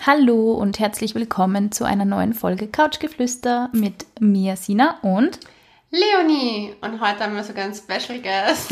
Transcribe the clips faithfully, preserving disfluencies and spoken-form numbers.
Hallo und herzlich willkommen zu einer neuen Folge Couchgeflüster mit mir, Sina und Leonie. Und heute haben wir sogar einen Special Guest.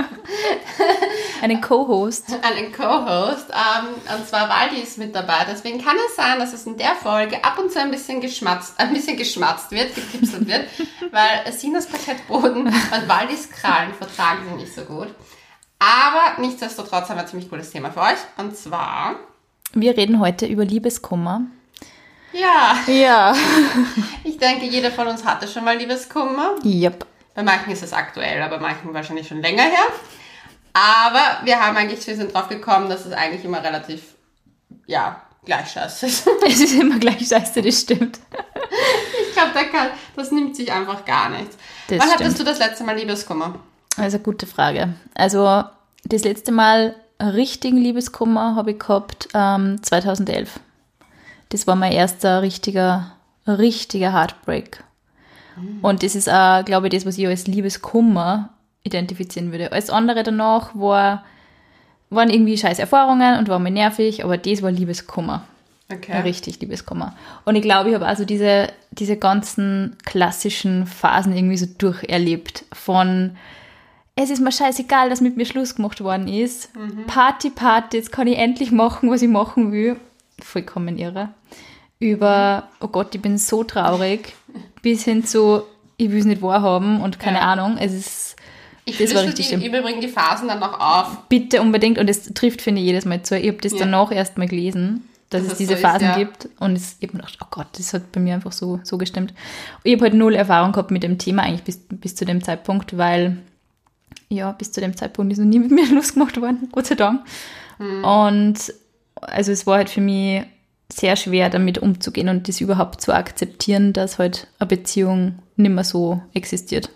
einen Co-Host. Einen Co-Host. Ähm, und zwar Waldi ist mit dabei. Deswegen kann es sein, dass es in der Folge ab und zu ein bisschen geschmatzt, ein bisschen geschmatzt wird, gekipselt wird, weil Sinas Parkettboden und Waldis Krallen vertragen sie nicht so gut. Aber nichtsdestotrotz haben wir ein ziemlich cooles Thema für euch. Und zwar... Wir reden heute über Liebeskummer. Ja. Ja. Ich denke, jeder von uns hatte schon mal Liebeskummer. Yep. Bei manchen ist es aktuell, aber bei manchen wahrscheinlich schon länger her. Aber wir haben eigentlich, wir sind drauf gekommen, dass es eigentlich immer relativ, ja, gleich scheiße ist. Es ist immer gleich scheiße, das stimmt. Ich glaube, das nimmt sich einfach gar nichts. Das Wann stimmt. hattest du das letzte Mal Liebeskummer? Das ist eine gute Frage. Also das letzte Mal richtigen Liebeskummer habe ich gehabt ähm, zweitausendelf. Das war mein erster richtiger, richtiger Heartbreak. Mhm. Und das ist auch, glaube ich, das, was ich als Liebeskummer identifizieren würde. Alles andere danach war, waren irgendwie scheiß Erfahrungen und war mir nervig, aber das war Liebeskummer. Okay. Richtig Liebeskummer. Und ich glaube, ich habe also diese, diese ganzen klassischen Phasen irgendwie so durcherlebt. Von es ist mir scheißegal, dass mit mir Schluss gemacht worden ist. Mhm. Party, Party, jetzt kann ich endlich machen, was ich machen will. Vollkommen irre. Über, oh Gott, ich bin so traurig, bis hin zu, ich will es nicht wahrhaben und keine ja. Ahnung. Es ist, ich das war richtig schlimm. Ich überbringe die Phasen dann noch auf. Bitte unbedingt. Und das trifft, finde ich, jedes Mal zu. Ich habe das ja. danach erst mal gelesen, dass das es diese so Phasen ist, ja. gibt. Und es, ich habe mir gedacht, oh Gott, das hat bei mir einfach so, so gestimmt. Und ich habe halt null Erfahrung gehabt mit dem Thema eigentlich bis, bis zu dem Zeitpunkt, weil ja, bis zu dem Zeitpunkt ist noch nie mit mir Schluss gemacht worden, Gott sei Dank. Hm. Und also es war halt für mich sehr schwer, damit umzugehen und das überhaupt zu akzeptieren, dass halt eine Beziehung nicht mehr so existiert.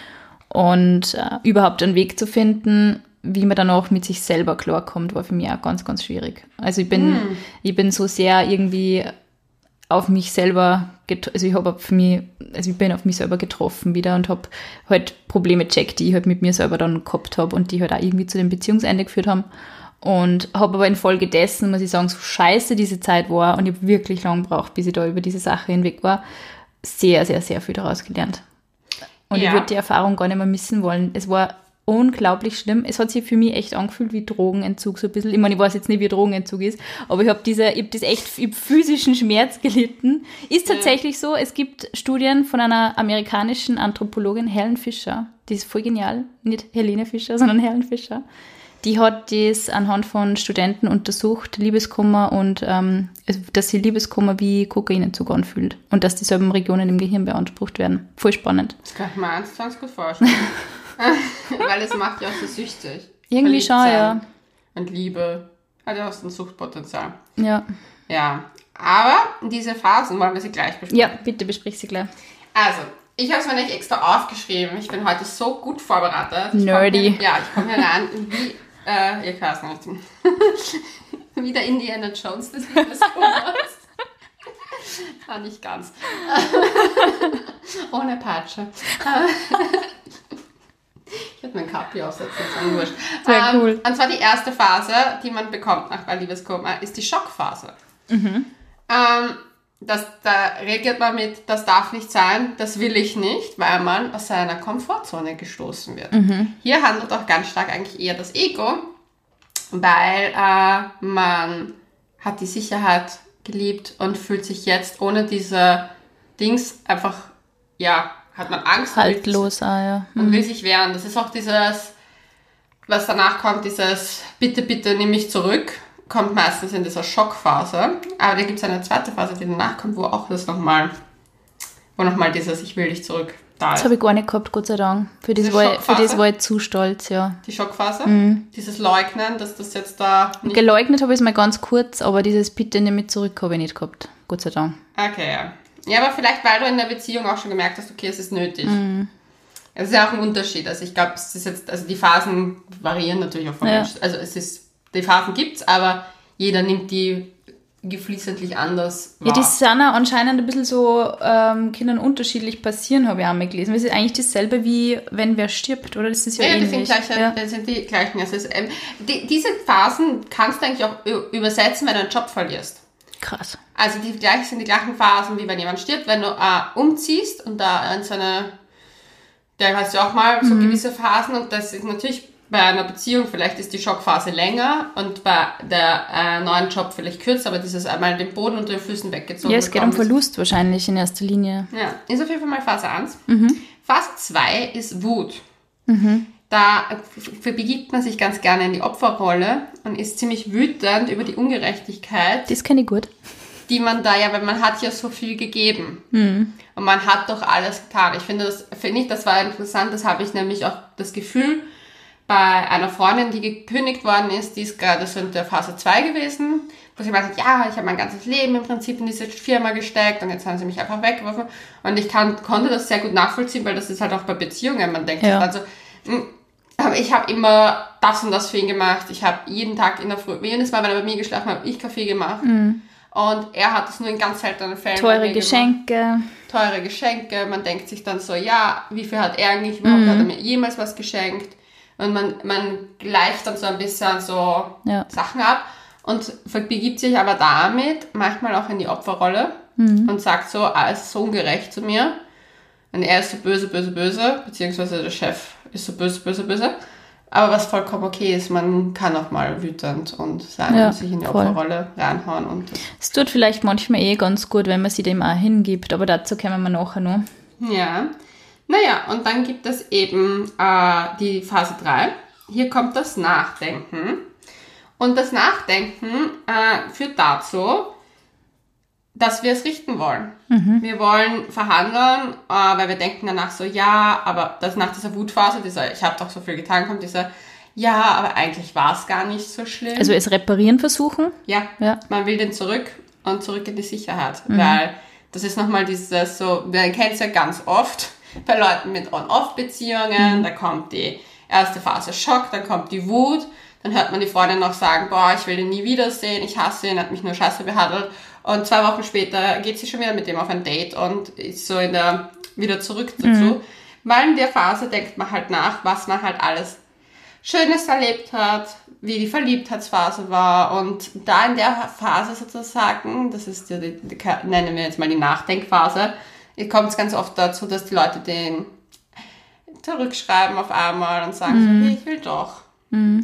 Und äh, überhaupt einen Weg zu finden, wie man dann auch mit sich selber klarkommt, war für mich auch ganz, ganz schwierig. Also ich bin, hm. ich bin so sehr irgendwie auf mich selber, get- also ich habe für mich, also ich bin auf mich selber getroffen wieder und habe halt Probleme gecheckt, die ich halt mit mir selber dann gehabt habe und die halt auch irgendwie zu dem Beziehungsende geführt haben. Und habe aber infolgedessen, muss ich sagen, so scheiße diese Zeit war und ich habe wirklich lange gebraucht, bis ich da über diese Sache hinweg war, sehr, sehr, sehr viel daraus gelernt. Und ja. ich würde die Erfahrung gar nicht mehr missen wollen. Es war unglaublich schlimm. Es hat sich für mich echt angefühlt wie Drogenentzug, so ein bisschen. Ich meine, ich weiß jetzt nicht, wie Drogenentzug ist, aber ich habe diese, ich habe das echt, ich hab physischen Schmerz gelitten. Ist tatsächlich so, es gibt Studien von einer amerikanischen Anthropologin, Helen Fisher, die ist voll genial, nicht Helene Fischer, sondern Helen Fisher. Die hat das anhand von Studenten untersucht, Liebeskummer und ähm, dass sie Liebeskummer wie Kokainentzug anfühlt und dass dieselben Regionen im Gehirn beansprucht werden. Voll spannend. Das kann ich mir eins ganz gut vorstellen. Weil es macht ja auch so süchtig. Irgendwie schon, ja. Und Liebe hat ja auch so ein Suchtpotenzial. Ja. Ja, aber diese Phasen wollen wir sie gleich besprechen. Ja, bitte besprich sie gleich. Also, ich habe es mir nicht extra aufgeschrieben. Ich bin heute so gut vorbereitet. Ich Nerdy. Hier, ja, ich komme hier rein wie, äh, ihr hört es nicht. Wie der Indiana Jones des Liebeskummers. Ah, nicht ganz. Ohne Peitsche. Ich würde mein Kapi aufsetzen, das ist wurscht. Sehr ähm, cool. Und zwar die erste Phase, die man bekommt nach Liebeskummer, ist die Schockphase. Mhm. Ähm, das, da reagiert man mit, das darf nicht sein, das will ich nicht, weil man aus seiner Komfortzone gestoßen wird. Mhm. Hier handelt auch ganz stark eigentlich eher das Ego, weil äh, man hat die Sicherheit geliebt und fühlt sich jetzt ohne diese Dings einfach, ja, hat man Angst. Haltlos, ah, ja. Und will sich wehren. Das ist auch dieses, was danach kommt, dieses bitte, bitte nimm mich zurück, kommt meistens in dieser Schockphase. Aber da gibt es eine zweite Phase, die danach kommt, wo auch das nochmal, wo nochmal dieses ich will dich zurück da ist. Das habe ich gar nicht gehabt, Gott sei Dank. Für das, war, für das war ich zu stolz, ja. Die Schockphase? Mhm. Dieses Leugnen, dass das jetzt da nicht... Geleugnet habe ich es mal ganz kurz, aber dieses bitte nimm mich zurück habe ich nicht gehabt, Gott sei Dank. Okay, ja. Ja, aber vielleicht, weil du in der Beziehung auch schon gemerkt hast, okay, es ist nötig. Mhm. Es ist ja auch ein Unterschied. Also ich glaube, es ist jetzt, also die Phasen variieren natürlich auch von ja. Menschen. Also es ist, die Phasen gibt's, aber jeder nimmt die geflissentlich anders wahr. Ja, die sind auch anscheinend ein bisschen so ähm, Kindern unterschiedlich passieren, habe ich auch mal gelesen. Das ist eigentlich dasselbe wie wenn wer stirbt, oder? Das ist ja, ja ähnlich. Das sind, gleich, ja, das sind die gleichen. Also es, ähm, die, diese Phasen kannst du eigentlich auch übersetzen, wenn du einen Job verlierst. Krass. Also die gleich sind die gleichen Phasen, wie wenn jemand stirbt. Wenn du äh, umziehst und da in so eine, da hast du auch mal so mhm. gewisse Phasen und das ist natürlich bei einer Beziehung, vielleicht ist die Schockphase länger und bei der äh, neuen Job vielleicht kürzer, aber dieses einmal den Boden unter den Füßen weggezogen. Ja, es geht um Verlust wahrscheinlich in erster Linie. Ja, ist auf jeden Fall mal Phase eins. Mhm. Phase zwei ist Wut. Mhm. Da begibt man sich ganz gerne in die Opferrolle und ist ziemlich wütend über die Ungerechtigkeit. Das kenne ich gut. Die man da ja, weil man hat ja so viel gegeben. Mhm. Und man hat doch alles getan. Ich finde, das finde ich, das war interessant, das habe ich nämlich auch das Gefühl, bei einer Freundin, die gekündigt worden ist, die ist gerade so in der Phase zwei gewesen, wo sie meinte, ja, ich habe mein ganzes Leben im Prinzip in diese Firma gesteckt und jetzt haben sie mich einfach weggeworfen. Und ich kann, konnte das sehr gut nachvollziehen, weil das ist halt auch bei Beziehungen, man denkt ja. also, aber ich habe immer das und das für ihn gemacht. Ich habe jeden Tag in der Früh, jedes Mal, wenn er bei mir geschlafen hat, habe ich Kaffee gemacht. Mhm. Und er hat es nur in ganz seltenen Fällen. Teure Geschenke. Gemacht. Teure Geschenke. Man denkt sich dann so, ja, wie viel hat er eigentlich überhaupt? Mhm. Hat er mir jemals was geschenkt? Und man, man gleicht dann so ein bisschen so ja. Sachen ab und begibt sich aber damit manchmal auch in die Opferrolle mhm. und sagt so, ah, es ist so ungerecht zu mir. Und er ist so böse, böse, böse, beziehungsweise der Chef ist so böse, böse, böse. Aber was vollkommen okay ist, man kann auch mal wütend und sein ja, und sich in die voll. Opferrolle reinhauen. Und es tut vielleicht manchmal eh ganz gut, wenn man sich dem auch hingibt, aber dazu kommen wir nachher noch. Ja. Naja, und dann gibt es eben äh, die Phase drei. Hier kommt das Nachdenken. Und das Nachdenken äh, führt dazu, dass wir es richten wollen. Mhm. Wir wollen verhandeln, äh, weil wir denken danach so, ja, aber das nach dieser Wutphase, dieser, ich habe doch so viel getan, kommt dieser, ja, aber eigentlich war es gar nicht so schlimm. Also es reparieren versuchen? Ja, ja. Man will den zurück und zurück in die Sicherheit. Mhm. Weil das ist nochmal dieses so, man kennt es ja ganz oft, bei Leuten mit On-Off-Beziehungen, mhm. da kommt die erste Phase Schock, dann kommt die Wut, dann hört man die Freundin noch sagen, boah, ich will den nie wiedersehen, ich hasse ihn, hat mich nur scheiße behandelt und zwei Wochen später geht sie schon wieder mit dem auf ein Date und ist so in der, wieder zurück dazu, mhm. weil in der Phase denkt man halt nach, was man halt alles Schönes erlebt hat, wie die Verliebtheitsphase war und da in der Phase sozusagen, das ist die, die, die nennen wir jetzt mal die Nachdenkphase, kommt es ganz oft dazu, dass die Leute den zurückschreiben auf einmal und sagen, mm. so, hey, ich will doch. Mm.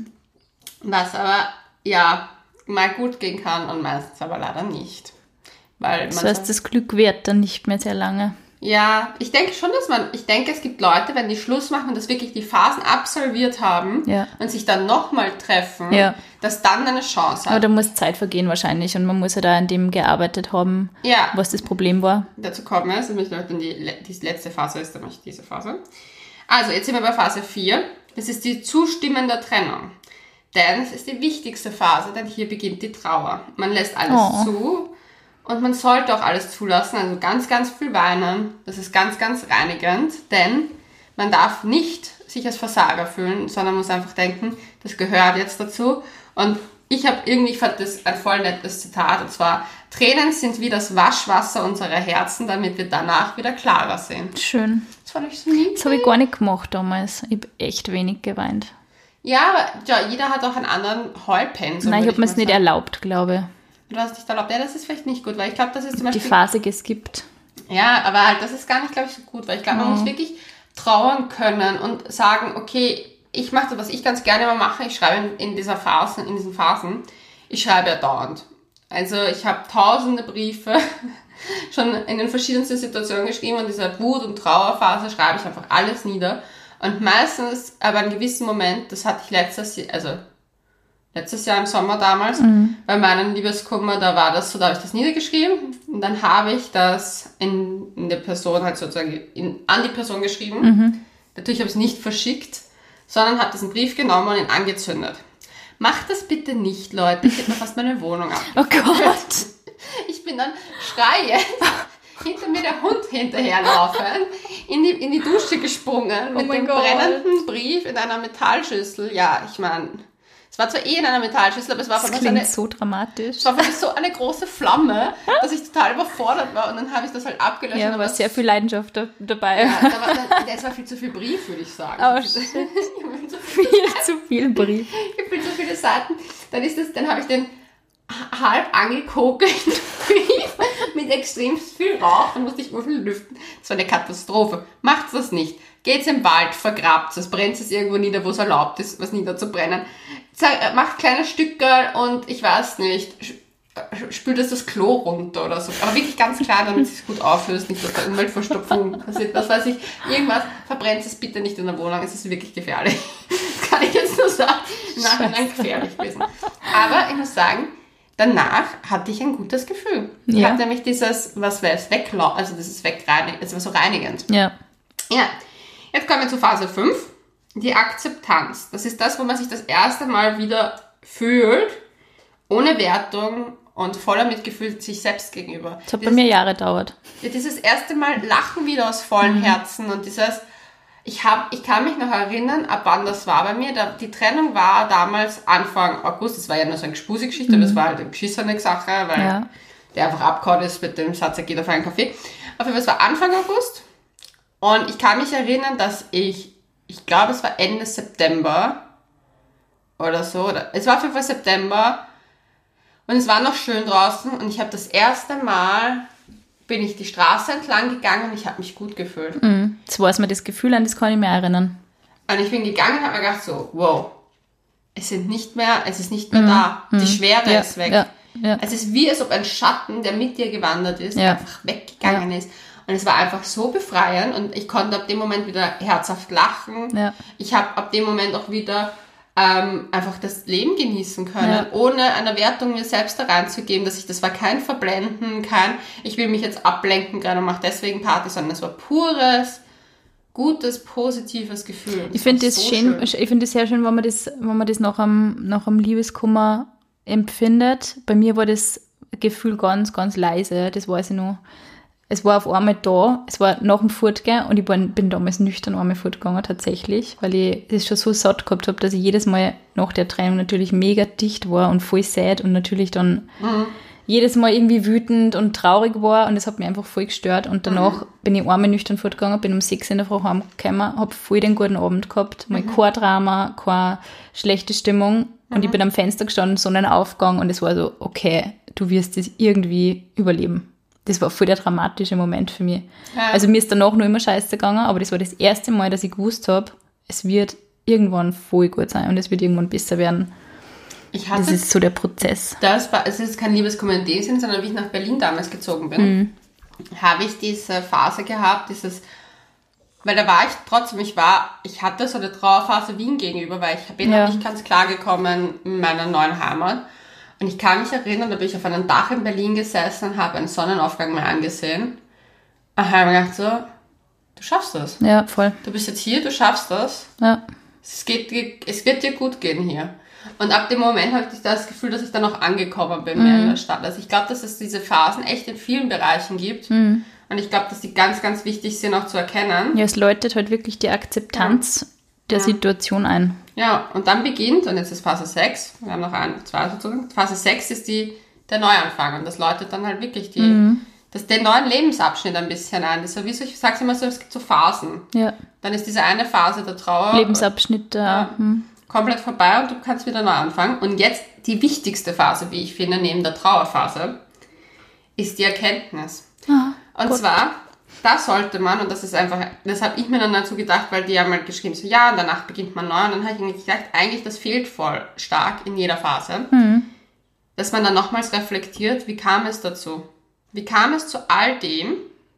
Was aber, ja, mal gut gehen kann und meistens aber leider nicht. Weil das heißt, das Glück währt dann nicht mehr sehr lange. Ja, ich denke schon, dass man, ich denke, es gibt Leute, wenn die Schluss machen und das wirklich die Phasen absolviert haben ja. und sich dann nochmal treffen, ja. dass dann eine Chance hat. Aber da muss Zeit vergehen wahrscheinlich und man muss ja da an dem gearbeitet haben, ja. was das Problem war. Dazu kommen wir, also die, die letzte Phase ist nämlich diese Phase. Also, jetzt sind wir bei Phase vier. Das ist die zustimmende Trennung. Denn es ist die wichtigste Phase, denn hier beginnt die Trauer. Man lässt alles oh. zu. Und man sollte auch alles zulassen, also ganz, ganz viel weinen. Das ist ganz, ganz reinigend, denn man darf nicht sich als Versager fühlen, sondern muss einfach denken, das gehört jetzt dazu. Und ich habe irgendwie, ich fand das ein voll nettes Zitat, und zwar, Tränen sind wie das Waschwasser unserer Herzen, damit wir danach wieder klarer sehen. Schön. Das fand ich so niedlich. Das habe ich gar nicht gemacht damals. Ich habe echt wenig geweint. Ja, aber ja, jeder hat auch einen anderen Heulpensum. Nein, ich habe mir es nicht erlaubt, glaube ich. Du hast nicht erlaubt. Ja, das ist vielleicht nicht gut, weil ich glaube, das ist zum Beispiel... Die Phase geskippt. Ja, aber halt, das ist gar nicht, glaube ich, so gut, weil ich glaube, man oh. muss wirklich trauern können und sagen, okay, ich mache das, was ich ganz gerne immer mache, ich schreibe in, in dieser Phase, in diesen Phasen, ich schreibe ja dauernd. Also ich habe tausende Briefe schon in den verschiedensten Situationen geschrieben und dieser Wut- und Trauerphase schreibe ich einfach alles nieder. Und meistens, aber einen gewissen Moment, das hatte ich letztes Jahr, also letztes Jahr im Sommer damals, mhm. bei meinem Liebeskummer, da war das so, da habe ich das niedergeschrieben und dann habe ich das in, in der Person halt sozusagen in, an die Person geschrieben. Mhm. Natürlich habe ich es nicht verschickt, sondern habe diesen Brief genommen und ihn angezündet. Macht das bitte nicht, Leute. Ich hätte mir fast meine Wohnung abgekühlt. Oh Gott. Ich bin dann schreiend, hinter mir der Hund hinterherlaufen, in die, in die Dusche gesprungen, mit oh dem God. brennenden Brief in einer Metallschüssel. Ja, ich meine, es war zwar eh in einer Metallschüssel, aber es war das für klingt mich so dramatisch. Es war für mich so eine große Flamme, dass ich total überfordert war und dann habe ich das halt abgelöscht. Ja, war sehr viel Leidenschaft da, dabei. Ja, da war, dann, das war viel zu viel Brief, würde ich sagen. Oh, shit. so viel, viel zu viel Brief. Ich habe viel zu viele Seiten. Dann ist das, dann habe ich den halb angekokelt mit extrem viel Rauch, dann musste ich nur viel lüften. Das war eine Katastrophe. Macht das nicht. Geht's im Wald, vergrabt es, brennt es irgendwo nieder, wo es erlaubt ist, was niederzubrennen. Macht kleine Stücke und ich weiß nicht, spült es das Klo runter oder so. Aber wirklich ganz klar, damit es sich gut auflöst, nicht, dass da Umweltverstopfung passiert. Was weiß ich, irgendwas, verbrennt es bitte nicht in der Wohnung, es ist wirklich gefährlich. Das kann ich jetzt nur sagen, im Nachhinein gefährlich gewesen. Aber ich muss sagen, danach hatte ich ein gutes Gefühl. Ja. Ich habe nämlich dieses, was war es, weglau, also das ist wegreinigend, es war so reinigend. Ja. Ja. Jetzt kommen wir zu Phase fünf, die Akzeptanz. Das ist das, wo man sich das erste Mal wieder fühlt, ohne Wertung und voller Mitgefühl sich selbst gegenüber. Das hat bei mir Jahre gedauert. Ja, dieses erste Mal lachen wieder aus vollen mhm. Herzen und dieses, ich, hab, ich kann mich noch erinnern, ab wann das war bei mir. Da, die Trennung war damals Anfang August, das war ja nur so eine Gespuse-Geschichte, mhm. aber das war halt eine beschissene Sache, weil ja. der einfach abgehauen ist mit dem Satz, er geht auf einen Kaffee. Auf jeden Fall, es war Anfang August und ich kann mich erinnern, dass ich, ich glaube, es war Ende September oder so, oder es war auf jeden Fall September und es war noch schön draußen und ich habe das erste Mal, bin ich die Straße entlang gegangen und ich habe mich gut gefühlt. Mhm. Das weiß mir das Gefühl an, das kann ich mir erinnern. Und ich bin gegangen und habe mir gedacht so, wow, es sind nicht mehr, es ist nicht mehr mhm. da. Die Schwere ja. ist weg. Ja. Ja. Es ist wie, als ob ein Schatten, der mit dir gewandert ist, ja. einfach weggegangen ja. ist. Und es war einfach so befreiend und ich konnte ab dem Moment wieder herzhaft lachen. Ja. Ich habe ab dem Moment auch wieder ähm, einfach das Leben genießen können, ja. ohne eine Wertung mir selbst da reinzugeben, dass ich, das war kein Verblenden, kein, ich will mich jetzt ablenken gerade und mache deswegen Party, sondern es war pures, gutes, positives Gefühl. Das ich finde das, so schön, ich finde das sehr schön, wenn man das, wenn man das nach einem, nach einem Liebeskummer empfindet. Bei mir war das Gefühl ganz, ganz leise, das weiß ich noch. Es war auf einmal da, es war nach dem Fortgehen und ich bin, bin damals nüchtern einmal fortgegangen tatsächlich, weil ich das schon so satt gehabt habe, dass ich jedes Mal nach der Trennung natürlich mega dicht war und voll sad und natürlich dann mhm. jedes Mal irgendwie wütend und traurig war und das hat mich einfach voll gestört und danach mhm. bin ich einmal nüchtern fortgegangen, bin um sechs in der Früh heimgekommen, habe voll den guten Abend gehabt, mal mhm. kein Drama, keine schlechte Stimmung und mhm. ich bin am Fenster gestanden, Sonnenaufgang und es war so, okay, du wirst das irgendwie überleben. Das war voll der dramatische Moment für mich. Ja. Also mir ist danach noch immer scheiße gegangen, aber das war das erste Mal, dass ich gewusst habe, es wird irgendwann voll gut sein und es wird irgendwann besser werden. Ich hatte, das ist so der Prozess. Das war, es ist kein Liebeskummer in dem Sinn, sondern wie ich nach Berlin damals gezogen bin, mhm. habe ich diese Phase gehabt, dieses, weil da war ich trotzdem, ich war, ich hatte so eine Trauerphase Wien gegenüber, weil ich bin ja. noch nicht ganz klar gekommen in meiner neuen Heimat. Und ich kann mich erinnern, da bin ich auf einem Dach in Berlin gesessen und habe einen Sonnenaufgang mir angesehen. Und habe mir gedacht so, du schaffst das. Ja, voll. Du bist jetzt hier, du schaffst das. Ja. Es, geht, es wird dir gut gehen hier. Und ab dem Moment hatte ich das Gefühl, dass ich dann auch angekommen bin mhm. in der Stadt. Also ich glaube, dass es diese Phasen echt in vielen Bereichen gibt. Mhm. Und ich glaube, dass die ganz, ganz wichtig sind, auch zu erkennen. Ja, es läutet halt wirklich die Akzeptanz ja. der ja. Situation ein. Ja, und dann beginnt, und jetzt ist Phase sechs, wir haben noch ein, zwei sozusagen, Phase sechs ist die, der Neuanfang und das läutet dann halt wirklich die, mhm. das, den neuen Lebensabschnitt ein bisschen ein. Das ist sowieso, ich sag's immer so, es gibt so Phasen. Ja. Dann ist diese eine Phase der Trauer. Lebensabschnitt, ja, mhm. komplett vorbei und du kannst wieder neu anfangen. Und jetzt die wichtigste Phase, wie ich finde, neben der Trauerphase, ist die Erkenntnis. Ah, und Gott. zwar... Da sollte man, und das ist einfach, das habe ich mir dann dazu gedacht, weil die haben mal geschrieben, so ja, und danach beginnt man neu. Und dann habe ich mir gedacht, eigentlich, das fehlt voll stark in jeder Phase, mhm. dass man dann nochmals reflektiert, wie kam es dazu? Wie kam es zu all dem,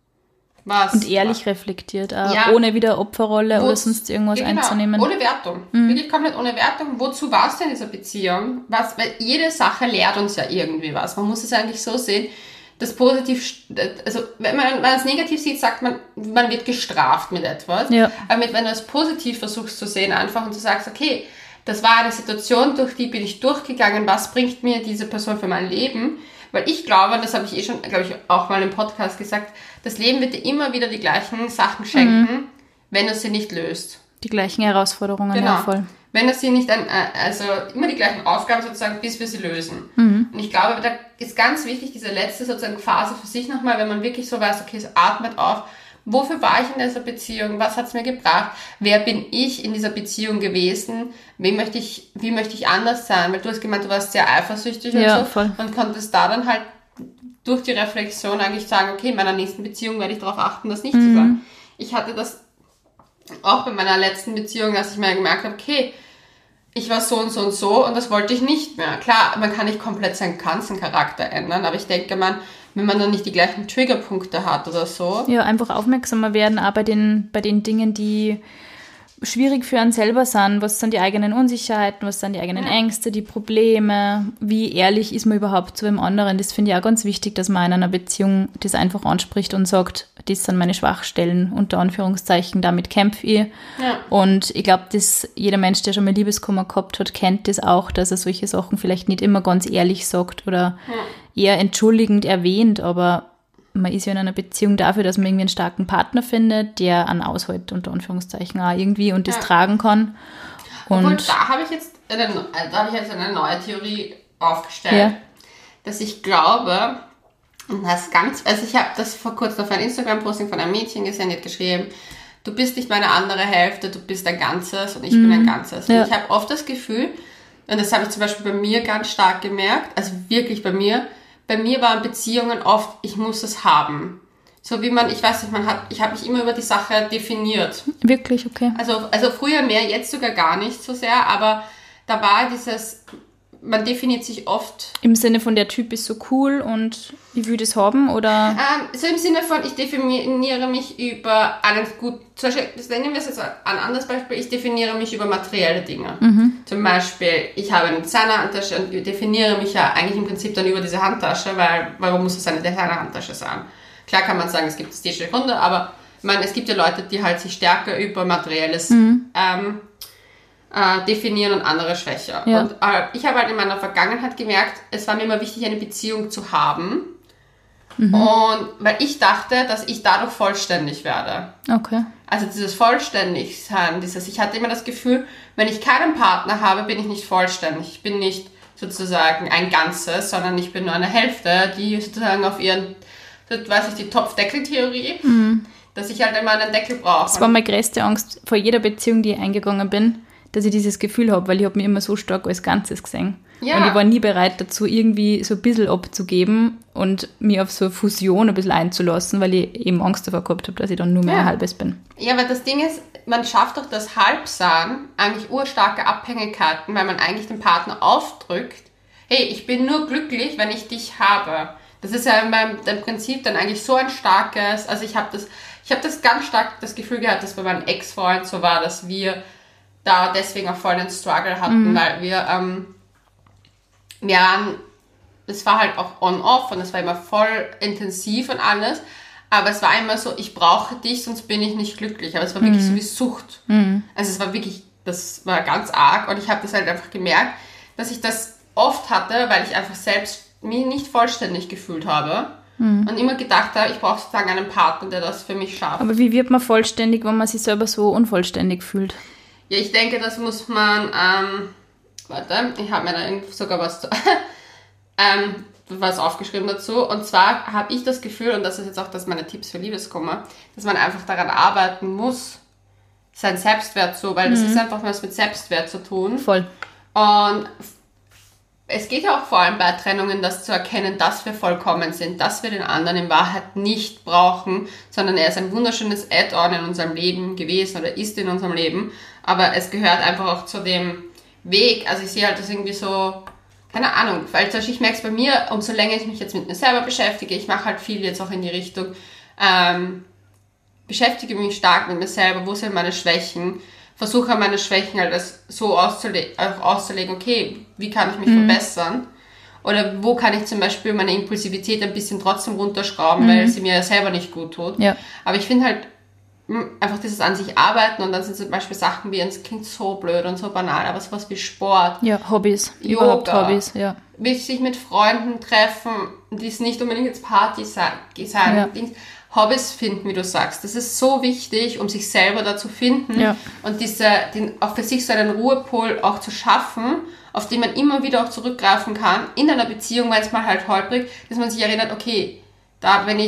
was... Und ehrlich war. reflektiert, auch, ja, ohne wieder Opferrolle oder sonst irgendwas ja, genau, einzunehmen. Ohne Wertung, mhm. wirklich komplett ohne Wertung. Wozu war es denn in dieser Beziehung? Was, weil jede Sache lehrt uns ja irgendwie was. Man muss es eigentlich so sehen, das Positiv, also wenn man, wenn man es negativ sieht, sagt man, man wird gestraft mit etwas. Ja. Aber mit, wenn du es positiv versuchst zu sehen, einfach und du sagst, okay, das war eine Situation, durch die bin ich durchgegangen, was bringt mir diese Person für mein Leben? Weil ich glaube, das habe ich eh schon, glaube ich, auch mal im Podcast gesagt, das Leben wird dir immer wieder die gleichen Sachen schenken, mhm. wenn du sie nicht löst. Die gleichen Herausforderungen, genau. ja, voll. Wenn du sie nicht, ein, also immer die gleichen Aufgaben sozusagen, bis wir sie lösen. Mhm. Und ich glaube, da ist ganz wichtig, diese letzte sozusagen Phase für sich nochmal, wenn man wirklich so weiß, okay, es atmet auf, wofür war ich in dieser Beziehung, was hat es mir gebracht, wer bin ich in dieser Beziehung gewesen, wie möchte ich, wie möchte ich anders sein, weil du hast gemeint, du warst sehr eifersüchtig ja, und so voll. und konntest da dann halt durch die Reflexion eigentlich sagen, okay, in meiner nächsten Beziehung werde ich darauf achten, das nicht mhm. zu sein. Ich hatte das auch bei meiner letzten Beziehung, dass ich mir gemerkt habe, okay, ich war so und so und so und das wollte ich nicht mehr. Klar, man kann nicht komplett seinen ganzen Charakter ändern, aber ich denke, man, wenn man dann nicht die gleichen Triggerpunkte hat oder so. Ja, einfach aufmerksamer werden, auch bei den, bei den Dingen, die schwierig für einen selber sind. Was sind die eigenen Unsicherheiten, was sind die eigenen ja. Ängste, die Probleme, wie ehrlich ist man überhaupt zu dem anderen. Das finde ich auch ganz wichtig, dass man in einer Beziehung das einfach anspricht und sagt, das sind meine Schwachstellen, unter Anführungszeichen, damit kämpfe ich. Ja. Und ich glaube, dass jeder Mensch, der schon mal Liebeskummer gehabt hat, kennt das auch, dass er solche Sachen vielleicht nicht immer ganz ehrlich sagt oder ja. eher entschuldigend erwähnt, aber man ist ja in einer Beziehung dafür, dass man irgendwie einen starken Partner findet, der einen aushält, unter Anführungszeichen auch irgendwie und das ja. tragen kann. Und Obwohl, da habe ich jetzt eine, da habe ich jetzt eine neue Theorie aufgestellt, ja. dass ich glaube, und das ganz, also ich habe das vor kurzem auf ein Instagram-Posting von einem Mädchen gesehen, die hat geschrieben, du bist nicht meine andere Hälfte, du bist ein Ganzes und ich mhm. bin ein Ganzes. Ja. Und ich habe oft das Gefühl, und das habe ich zum Beispiel bei mir ganz stark gemerkt, also wirklich bei mir, bei mir waren Beziehungen oft, ich muss es haben. So wie man, ich weiß nicht, man hat, ich habe mich immer über die Sache definiert. Wirklich, okay. Also, also früher mehr, jetzt sogar gar nicht so sehr, aber da war dieses, man definiert sich oft. Im Sinne von, der Typ ist so cool und ich will das haben, oder? Ähm, so im Sinne von, ich definiere mich über einen gut, zum Beispiel, das nennen wir es jetzt ein anderes Beispiel, ich definiere mich über materielle Dinge. Mhm. Zum Beispiel, ich habe eine Designer-Handtasche und ich definiere mich ja eigentlich im Prinzip dann über diese Handtasche, weil, warum muss es eine Designer-Handtasche sein? Klar kann man sagen, es gibt ästhetische Gründe, aber ich meine, es gibt ja Leute, die halt sich stärker über Materielles mhm. ähm, äh, definieren und andere schwächer. Ja. Und äh, ich habe halt in meiner Vergangenheit gemerkt, es war mir immer wichtig, eine Beziehung zu haben. Mhm. Und weil ich dachte, dass ich dadurch vollständig werde. Okay. Also dieses Vollständigsein, dieses, ich hatte immer das Gefühl, wenn ich keinen Partner habe, bin ich nicht vollständig. Ich bin nicht sozusagen ein Ganzes, sondern ich bin nur eine Hälfte, die sozusagen auf ihren, das weiß ich, die Topfdeckel-Theorie, mhm. dass ich halt immer einen Deckel brauche. Das war meine größte Angst vor jeder Beziehung, die ich eingegangen bin, dass ich dieses Gefühl habe, weil ich habe mich immer so stark als Ganzes gesehen. Ja. Und ich war nie bereit dazu, irgendwie so ein bisschen abzugeben und mich auf so eine Fusion ein bisschen einzulassen, weil ich eben Angst davor gehabt habe, dass ich dann nur mehr ja. ein halbes bin. Ja, aber das Ding ist, man schafft durch das Halbsein eigentlich urstarke Abhängigkeiten, weil man eigentlich dem Partner aufdrückt, hey, ich bin nur glücklich, wenn ich dich habe. Das ist ja in meinem, im Prinzip dann eigentlich so ein starkes, also ich habe das, ich habe das ganz stark das Gefühl gehabt, dass bei meinem Ex-Freund so war, dass wir da deswegen auch voll einen Struggle hatten, mhm. weil wir, ähm, wir waren, es war halt auch on-off und es war immer voll intensiv und alles, aber es war immer so, ich brauche dich, sonst bin ich nicht glücklich, aber es war wirklich mhm. so wie Sucht. Mhm. Also es war wirklich, das war ganz arg und ich habe das halt einfach gemerkt, dass ich das oft hatte, weil ich einfach selbst mich nicht vollständig gefühlt habe. Mhm. Und immer gedacht habe, ich brauche sozusagen einen Partner, der das für mich schafft. Aber wie wird man vollständig, wenn man sich selber so unvollständig fühlt? Ja, ich denke, das muss man, ähm, warte, ich habe mir da sogar was, ähm, was aufgeschrieben dazu. Und zwar habe ich das Gefühl, und das ist jetzt auch das meine Tipps für Liebeskummer, dass man einfach daran arbeiten muss, seinen Selbstwert zu, weil mhm. das ist einfach was mit Selbstwert zu tun. Voll. Und es geht ja auch vor allem bei Trennungen, das zu erkennen, dass wir vollkommen sind, dass wir den anderen in Wahrheit nicht brauchen, sondern er ist ein wunderschönes Add-on in unserem Leben gewesen oder ist in unserem Leben, aber es gehört einfach auch zu dem Weg, also ich sehe halt das irgendwie so, keine Ahnung, weil zum Beispiel ich merke es bei mir, umso länger ich mich jetzt mit mir selber beschäftige, ich mache halt viel jetzt auch in die Richtung, ähm, beschäftige mich stark mit mir selber, wo sind meine Schwächen, versuche meine Schwächen halt das so auszule- auszulegen, okay, wie kann ich mich mhm. verbessern? Oder wo kann ich zum Beispiel meine Impulsivität ein bisschen trotzdem runterschrauben, mhm. weil sie mir ja selber nicht gut tut. Ja. Aber ich finde halt einfach dieses an sich arbeiten und dann sind zum Beispiel Sachen wie, es klingt so blöd und so banal, aber sowas wie Sport. Ja, Hobbys. Yoga, überhaupt Hobbys, ja. Sich mit Freunden treffen, die es nicht unbedingt jetzt Party sein, ja. Hobbys finden, wie du sagst. Das ist so wichtig, um sich selber da zu finden ja. und diese, den, auch für sich so einen Ruhepol auch zu schaffen, auf den man immer wieder auch zurückgreifen kann, in einer Beziehung, weil es mal halt holprig, dass man sich erinnert, okay, da, wenn ich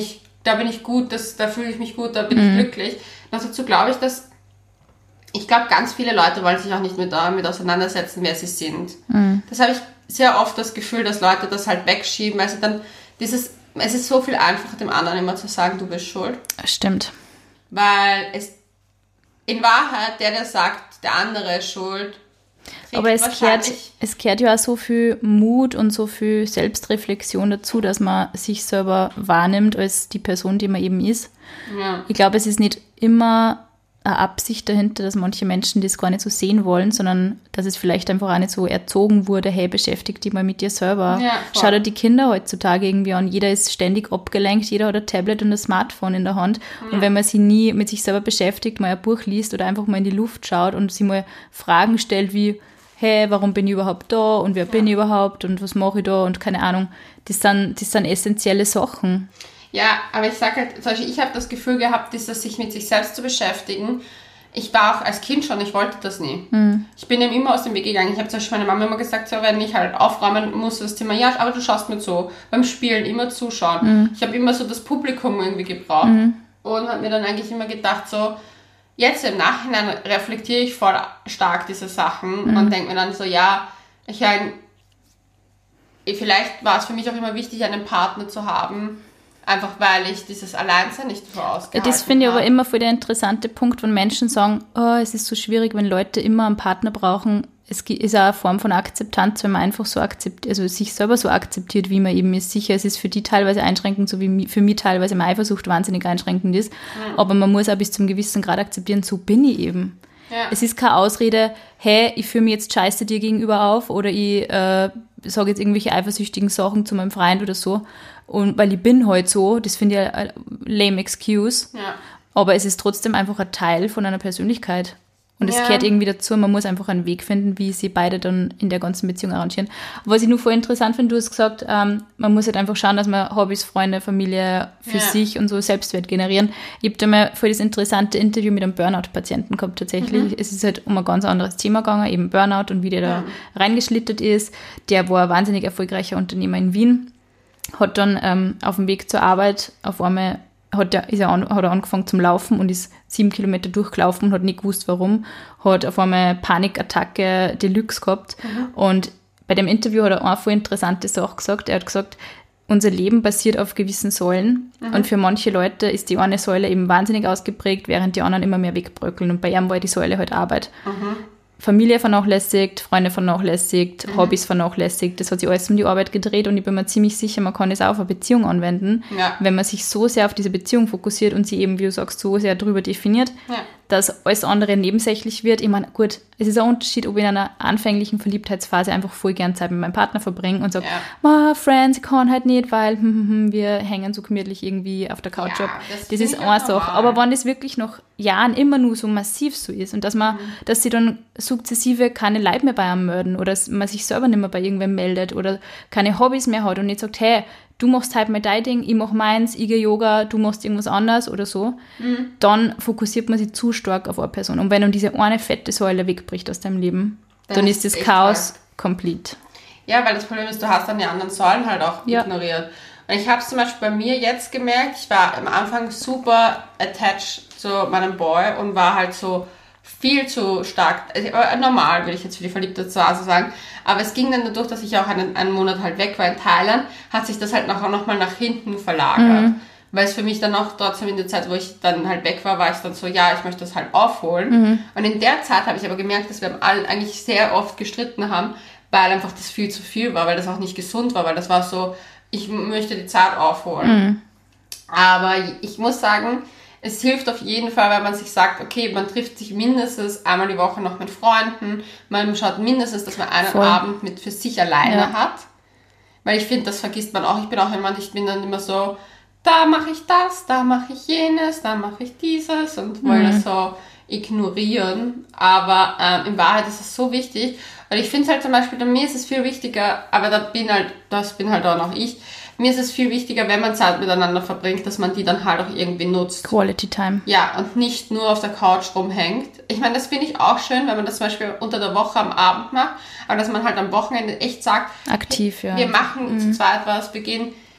da bin ich gut, das, da fühle ich mich gut, da bin mhm. ich glücklich. Noch dazu glaube ich, dass ich glaube, ganz viele Leute wollen sich auch nicht mit damit auseinandersetzen, wer sie sind. Mhm. Das habe ich sehr oft das Gefühl, dass Leute das halt wegschieben, weil sie dann dieses, es ist so viel einfacher, dem anderen immer zu sagen, du bist schuld. Stimmt. Weil es in Wahrheit, der, der sagt, der andere ist schuld. Aber es kehrt, es kehrt ja auch so viel Mut und so viel Selbstreflexion dazu, dass man sich selber wahrnimmt als die Person, die man eben ist. Ja. Ich glaube, es ist nicht immer eine Absicht dahinter, dass manche Menschen das gar nicht so sehen wollen, sondern dass es vielleicht einfach auch nicht so erzogen wurde, hey, beschäftig dich mal mit dir selber. Ja, schau dir die Kinder heutzutage irgendwie an. Jeder ist ständig abgelenkt, jeder hat ein Tablet und ein Smartphone in der Hand. Ja. Und wenn man sich nie mit sich selber beschäftigt, mal ein Buch liest oder einfach mal in die Luft schaut und sich mal Fragen stellt wie, hey, warum bin ich überhaupt da und wer ja. bin ich überhaupt und was mache ich da und keine Ahnung, das sind, das sind essentielle Sachen. Ja, aber ich sage halt, zum Beispiel, ich habe das Gefühl gehabt, dass sich mit sich selbst zu beschäftigen. Ich war auch als Kind schon, ich wollte das nie. Mhm. Ich bin ihm immer aus dem Weg gegangen. Ich habe zum Beispiel meiner Mama immer gesagt, so, wenn ich halt aufräumen muss, das Thema, ja, aber du schaust mir zu. Beim Spielen immer zuschauen. Mhm. Ich habe immer so das Publikum irgendwie gebraucht. Mhm. Und habe mir dann eigentlich immer gedacht, so, jetzt im Nachhinein reflektiere ich voll stark diese Sachen mhm. und denke mir dann so, ja, ich ein, vielleicht war es für mich auch immer wichtig, einen Partner zu haben, einfach weil ich dieses Alleinsein nicht so ausgehalten habe. Das finde ich aber immer voll der interessante Punkt, wenn Menschen sagen, oh, es ist so schwierig, wenn Leute immer einen Partner brauchen. Es ist auch eine Form von Akzeptanz, wenn man einfach so akzeptiert, also sich selber so akzeptiert, wie man eben ist. Sicher, es ist für die teilweise einschränkend, so wie für mich teilweise meine Eifersucht wahnsinnig einschränkend ist. Mhm. Aber man muss auch bis zum gewissen Grad akzeptieren, so bin ich eben. Ja. Es ist keine Ausrede, hey, ich fühle mich jetzt scheiße dir gegenüber auf oder ich äh, sage jetzt irgendwelche eifersüchtigen Sachen zu meinem Freund oder so. Und weil ich bin halt so, das finde ich eine lame excuse. Ja. Aber es ist trotzdem einfach ein Teil von einer Persönlichkeit. Und es ja. gehört irgendwie dazu, man muss einfach einen Weg finden, wie sie beide dann in der ganzen Beziehung arrangieren. Was ich nur voll interessant finde, du hast gesagt, ähm, man muss halt einfach schauen, dass man Hobbys, Freunde, Familie für ja. sich und so Selbstwert generieren. Ich habe da mal voll das interessante Interview mit einem Burnout-Patienten gehabt tatsächlich. Mhm. Es ist halt um ein ganz anderes Thema gegangen, eben Burnout und wie der da mhm. reingeschlittert ist. Der war ein wahnsinnig erfolgreicher Unternehmer in Wien, hat dann ähm, auf dem Weg zur Arbeit auf einmal Hat er, ist er an, hat er angefangen zum Laufen und ist sieben Kilometer durchgelaufen und hat nicht gewusst, warum. Hat auf einmal Panikattacke Deluxe gehabt. Mhm. Und bei dem Interview hat er eine voll interessante Sache gesagt. Er hat gesagt, unser Leben basiert auf gewissen Säulen. Mhm. Und für manche Leute ist die eine Säule eben wahnsinnig ausgeprägt, während die anderen immer mehr wegbröckeln. Und bei ihm war die Säule halt Arbeit. Mhm. Familie vernachlässigt, Freunde vernachlässigt, mhm. Hobbys vernachlässigt. Das hat sich alles um die Arbeit gedreht und ich bin mir ziemlich sicher, man kann das auch auf eine Beziehung anwenden, ja. wenn man sich so sehr auf diese Beziehung fokussiert und sie eben, wie du sagst, so sehr drüber definiert, ja. dass alles andere nebensächlich wird. Ich meine, gut, es ist ein Unterschied, ob ich in einer anfänglichen Verliebtheitsphase einfach voll gern Zeit mit meinem Partner verbringe und sage, ja. oh, Friends, ich kann halt nicht, weil hm, hm, hm, wir hängen so gemütlich irgendwie auf der Couch ab. Ja, das das ist eine Sache. Aber wenn das wirklich nach Jahren immer nur so massiv so ist und dass man, mhm. dass sie dann sukzessive keine Leute mehr bei einem melden oder man sich selber nicht mehr bei irgendwem meldet oder keine Hobbys mehr hat und nicht sagt, hey, du machst halt mal dein Ding, ich mach meins, ich gehe Yoga, du machst irgendwas anderes oder so, mhm. dann fokussiert man sich zu stark auf eine Person. Und wenn dann diese eine fette Säule wegbricht aus deinem Leben, das dann ist das Chaos toll. Complete. Ja, weil das Problem ist, du hast dann die anderen Säulen halt auch ja. ignoriert. Und ich habe es zum Beispiel bei mir jetzt gemerkt, ich war am Anfang super attached zu meinem Boy und war halt so viel zu stark, also normal würde ich jetzt für die Verliebte zu Hause sagen, aber es ging dann dadurch, dass ich auch einen, einen Monat halt weg war in Thailand, hat sich das halt noch, noch mal nach hinten verlagert, mhm. weil es für mich dann auch trotzdem in der Zeit, wo ich dann halt weg war, war ich dann so, ja, ich möchte das halt aufholen mhm. und in der Zeit habe ich aber gemerkt, dass wir alle eigentlich sehr oft gestritten haben, weil einfach das viel zu viel war, weil das auch nicht gesund war, weil das war so, ich möchte die Zeit aufholen. Mhm. Aber ich muss sagen, es hilft auf jeden Fall, weil man sich sagt, okay, man trifft sich mindestens einmal die Woche noch mit Freunden, man schaut mindestens, dass man einen Voll. Abend mit für sich alleine ja. hat, weil ich finde, das vergisst man auch. Ich bin auch jemand, ich bin dann immer so, da mache ich das, da mache ich jenes, da mache ich dieses und mhm. wollte das so ignorieren, aber ähm, in Wahrheit ist es so wichtig. Und ich finde es halt zum Beispiel, bei mir ist es viel wichtiger, aber da bin halt, das bin halt auch noch ich, mir ist es viel wichtiger, wenn man Zeit miteinander verbringt, dass man die dann halt auch irgendwie nutzt. Quality Time. Ja, und nicht nur auf der Couch rumhängt. Ich meine, das finde ich auch schön, wenn man das zum Beispiel unter der Woche am Abend macht, aber dass man halt am Wochenende echt sagt, aktiv, hey, ja. wir machen mhm. zu zweit was, wir gehen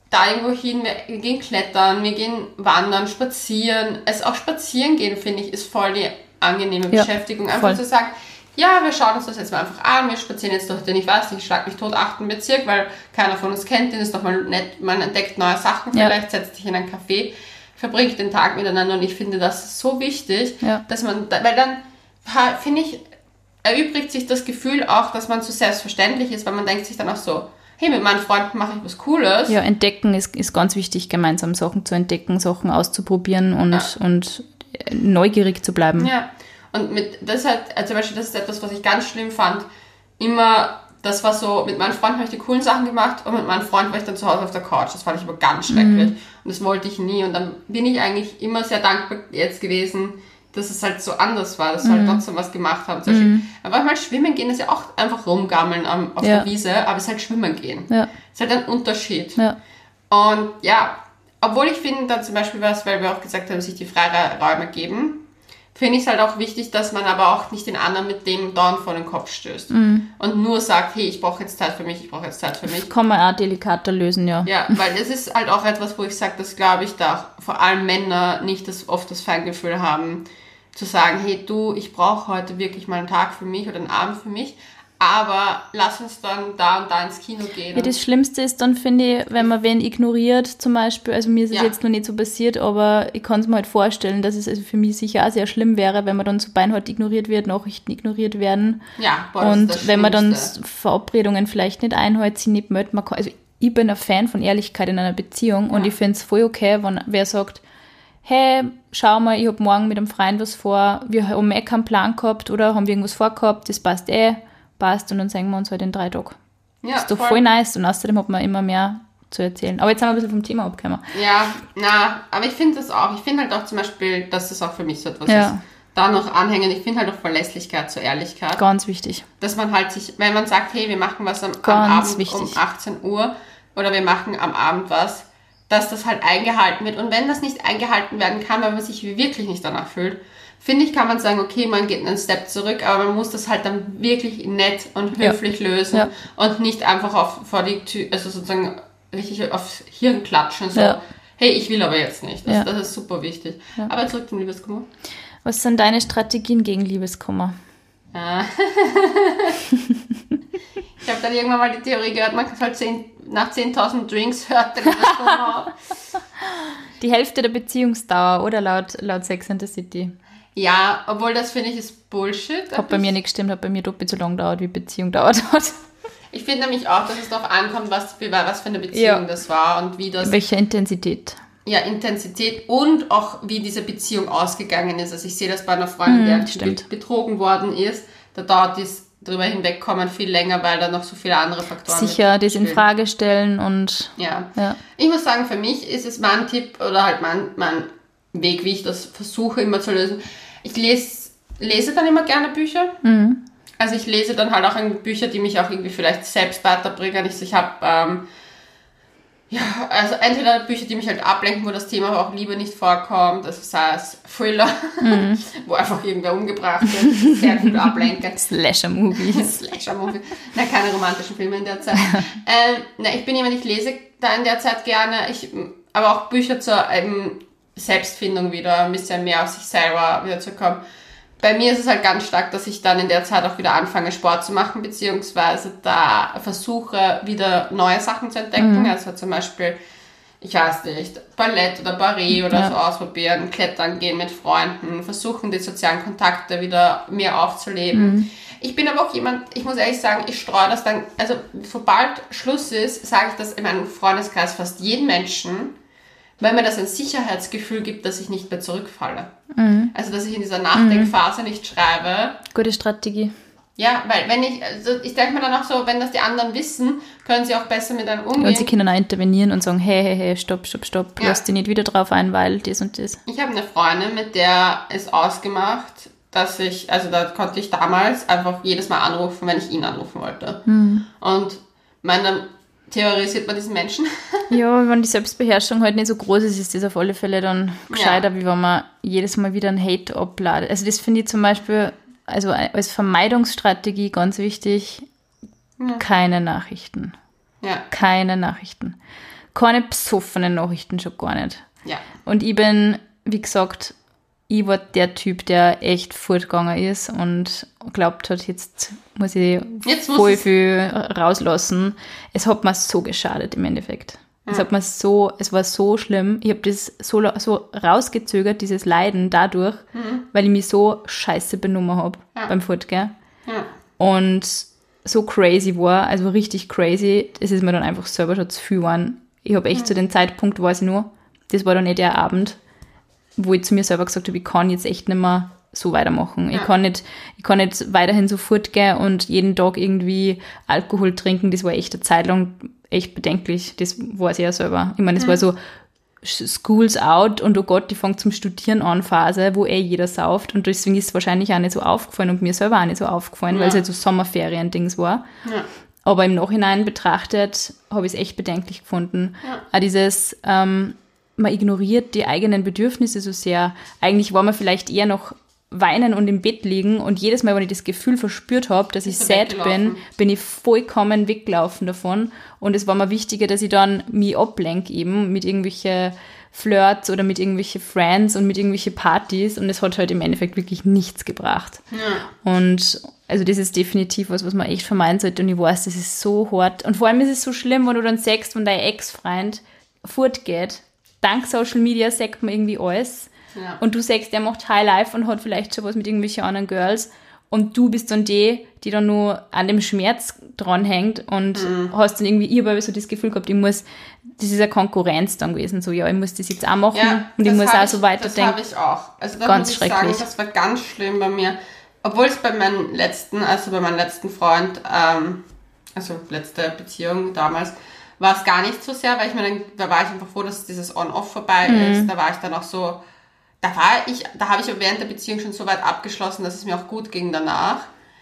da irgendwo hin, wir, wir gehen klettern, wir gehen wandern, spazieren. Also auch spazieren gehen, finde ich, ist voll die angenehme ja, Beschäftigung. Einfach voll. Zu sagen, ja, wir schauen uns das jetzt mal einfach an, wir spazieren jetzt durch den, ich weiß nicht, ich schlag mich tot, achten Bezirk, weil keiner von uns kennt den, ist doch mal nett, man entdeckt neue Sachen, vielleicht ja. setzt sich in ein Café, verbringt den Tag miteinander und ich finde das so wichtig, ja. dass man, weil dann, finde ich, erübrigt sich das Gefühl auch, dass man so selbstverständlich ist, weil man denkt sich dann auch so, hey, mit meinen Freunden mache ich was Cooles. Ja, entdecken ist, ist ganz wichtig, gemeinsam Sachen zu entdecken, Sachen auszuprobieren und, ja. und neugierig zu bleiben. Ja, und mit, das, halt, also zum Beispiel, das ist etwas, was ich ganz schlimm fand. Immer, das war so, mit meinen Freunden habe ich die coolen Sachen gemacht und mit meinen Freunden war ich dann zu Hause auf der Couch. Das fand ich aber ganz schrecklich. Mhm. Und das wollte ich nie. Und dann bin ich eigentlich immer sehr dankbar jetzt gewesen, dass es halt so anders war, dass wir mhm. halt trotzdem was gemacht haben. Zum Beispiel, mhm. aber mal schwimmen gehen ist ja auch einfach rumgammeln um, auf ja. der Wiese, aber es ist halt schwimmen gehen. Ja. Es ist halt ein Unterschied. Ja. Und ja, obwohl ich finde, dann zum Beispiel was, weil wir auch gesagt haben, sich die Freiräume geben, finde ich es halt auch wichtig, dass man aber auch nicht den anderen mit dem Dorn vor den Kopf stößt. Mhm. Und nur sagt, hey, ich brauche jetzt Zeit für mich, ich brauche jetzt Zeit für mich. Das kann man auch delikater lösen, ja. Ja, weil es ist halt auch etwas, wo ich sage, dass glaube ich, da vor allem Männer nicht das, oft das Feingefühl haben, zu sagen, hey du, ich brauche heute wirklich mal einen Tag für mich oder einen Abend für mich, aber lass uns dann da und da ins Kino gehen. Ja, das Schlimmste ist dann, finde ich, wenn man wen ignoriert zum Beispiel, also mir ist es ja. jetzt noch nicht so passiert, aber ich kann es mir halt vorstellen, dass es also für mich sicher auch sehr schlimm wäre, wenn man dann so beinhart ignoriert wird, Nachrichten ignoriert werden ja, boah, und das ist das wenn man dann Verabredungen vielleicht nicht einhält, sie nicht meldet, man kann, also ich bin ein Fan von Ehrlichkeit in einer Beziehung ja. und ich finde es voll okay, wenn wer sagt, hey, schau mal, ich habe morgen mit einem Freund was vor, wir haben eh keinen Plan gehabt oder haben wir irgendwas vorgehabt, das passt eh, passt und dann sehen wir uns halt in drei Tagen. Ja, das ist doch voll. voll nice und außerdem hat man immer mehr zu erzählen. Aber jetzt haben wir ein bisschen vom Thema abgekommen. Ja, na, aber ich finde das auch, ich finde halt auch zum Beispiel, dass das auch für mich so etwas ja. ist. Da noch anhängen, ich finde halt auch Verlässlichkeit zur Ehrlichkeit. Ganz wichtig. Dass man halt sich, wenn man sagt, hey, wir machen was am, am Abend wichtig. um achtzehn Uhr oder wir machen am Abend was, dass das halt eingehalten wird. Und wenn das nicht eingehalten werden kann, weil man sich wirklich nicht danach fühlt, finde ich, kann man sagen, okay, man geht einen Step zurück, aber man muss das halt dann wirklich nett und höflich ja. lösen ja. und nicht einfach auf vor die Tür, also sozusagen richtig aufs Hirn klatschen, so, ja. hey, ich will aber jetzt nicht. Das, ja. das ist super wichtig. Ja. Aber zurück zum Liebeskummer. Was sind deine Strategien gegen Liebeskummer? Ah. Ich habe dann irgendwann mal die Theorie gehört, man soll zehn, nach zehntausend Drinks hört der Liebeskummer auf. Die Hälfte der Beziehungsdauer, oder laut, laut Sex and the City? Ja, obwohl das finde ich ist Bullshit. Hat bei mir nicht gestimmt, hat bei mir doppelt so lange gedauert, wie Beziehung dauert hat. Ich finde nämlich auch, dass es darauf ankommt, was, was für eine Beziehung ja. das war und wie das... In welcher Intensität. Ja, Intensität und auch wie diese Beziehung ausgegangen ist. Also ich sehe das bei einer Freundin, mm, die betrogen worden ist, da dauert das drüber hinwegkommen viel länger, weil da noch so viele andere Faktoren sicher, das in Frage stellen und... Ja. ja. Ich muss sagen, für mich ist es mein Tipp oder halt mein, mein Weg, wie ich das versuche immer zu lösen. Ich lese, lese dann immer gerne Bücher. Mhm. Also ich lese dann halt auch Bücher, die mich auch irgendwie vielleicht selbst weiterbringen. Ich, ich habe... Ähm, Ja, also entweder Bücher, die mich halt ablenken, wo das Thema auch Liebe nicht vorkommt, also sei es Thriller, mhm. wo einfach irgendwer umgebracht wird, sehr gut ablenken. Slasher-Movies. Slasher-Movies. Na, keine romantischen Filme in der Zeit. ähm, na, ich bin jemand, ich lese da in der Zeit gerne, ich, aber auch Bücher zur ähm, Selbstfindung wieder, ein bisschen mehr auf sich selber wieder zu kommen. Bei mir ist es halt ganz stark, dass ich dann in der Zeit auch wieder anfange, Sport zu machen, beziehungsweise da versuche, wieder neue Sachen zu entdecken. Mhm. Also zum Beispiel, ich weiß nicht, Ballett oder Barré oder ja. so ausprobieren, klettern gehen mit Freunden, versuchen, die sozialen Kontakte wieder mehr aufzuleben. Mhm. Ich bin aber auch jemand, ich muss ehrlich sagen, ich streue das dann, also sobald Schluss ist, sage ich das in meinem Freundeskreis fast jedem Menschen, weil mir das ein Sicherheitsgefühl gibt, dass ich nicht mehr zurückfalle. Mhm. Also, dass ich in dieser Nachdenkphase mhm. nicht schreibe. Gute Strategie. Ja, weil wenn ich, also ich denke mir dann auch so, wenn das die anderen wissen, können sie auch besser mit einem umgehen. Und sie können auch intervenieren und sagen, hey, hey, hey, stopp, stopp, stopp, ja. lass dich nicht wieder drauf ein, weil das und das. Ich habe eine Freundin, mit der ist ausgemacht, dass ich, also da konnte ich damals einfach jedes Mal anrufen, wenn ich ihn anrufen wollte. Mhm. Und meine... Terrorisiert man diesen Menschen? Ja, wenn die Selbstbeherrschung halt nicht so groß ist, ist das auf alle Fälle dann gescheiter, ja. wie wenn man jedes Mal wieder einen Hate abladet. Also das finde ich zum Beispiel, also als Vermeidungsstrategie ganz wichtig, ja. keine Nachrichten. Ja. Keine Nachrichten. keine besoffenen Nachrichten schon gar nicht. Ja. Und ich bin, wie gesagt, ich war der Typ, der echt fortgegangen ist und glaubt hat, jetzt muss ich jetzt voll muss viel rauslassen. Es hat mir so geschadet im Endeffekt. Ja. Es hat mir so, es war so schlimm. Ich habe das so, so rausgezögert, dieses Leiden dadurch, mhm. weil ich mich so scheiße benommen habe ja. beim Fortgehen. Ja. Und so crazy war, also richtig crazy, es ist mir dann einfach selber schon zu viel geworden. Ich habe echt mhm. zu dem Zeitpunkt, weiß ich nur, das war dann eh der Abend, wo ich zu mir selber gesagt habe, ich kann jetzt echt nicht mehr so weitermachen. Ja. Ich kann nicht, ich kann nicht weiterhin so fortgehen und jeden Tag irgendwie Alkohol trinken. Das war echt eine Zeit lang echt bedenklich. Das weiß ich ja selber. Ich meine, das mhm. war so School's out und oh Gott, die fängt zum Studieren an Phase, wo eh jeder sauft und deswegen ist es wahrscheinlich auch nicht so aufgefallen und mir selber auch nicht so aufgefallen, ja. weil es halt so Sommerferien-Dings war. Ja. Aber im Nachhinein betrachtet habe ich es echt bedenklich gefunden. Ja. Auch dieses, ähm, man ignoriert die eigenen Bedürfnisse so sehr. Eigentlich war man vielleicht eher noch weinen und im Bett liegen und jedes Mal, wenn ich das Gefühl verspürt habe, dass ich sad bin, bin ich vollkommen weggelaufen davon und es war mir wichtiger, dass ich dann mich ablenke eben mit irgendwelchen Flirts oder mit irgendwelchen Friends und mit irgendwelchen Partys und es hat halt im Endeffekt wirklich nichts gebracht. Ja. Und also das ist definitiv was, was man echt vermeiden sollte und ich weiß, das ist so hart und vor allem ist es so schlimm, wenn du dann sagst, wenn dein Ex-Freund fortgeht. Dank Social Media sagt man irgendwie alles. Ja. Und du sagst, der macht High Life und hat vielleicht schon was mit irgendwelchen anderen Girls. Und du bist dann die, die dann nur an dem Schmerz dranhängt und mhm. hast dann irgendwie, ich habe so das Gefühl gehabt, ich muss, das ist eine Konkurrenz dann gewesen. So, ja, ich muss das jetzt auch machen ja, und ich muss auch ich, so weiterdenken. Das habe ich auch. Also da ganz muss ich schrecklich. sagen, das war ganz schlimm bei mir. Obwohl es bei meinem letzten, also bei meinem letzten Freund, ähm, also letzte Beziehung damals, war es gar nicht so sehr, weil ich mir dann, da war ich einfach froh, dass dieses On-Off vorbei mhm. ist. Da war ich dann auch so, da war ich, da habe ich während der Beziehung schon so weit abgeschlossen, dass es mir auch gut ging danach.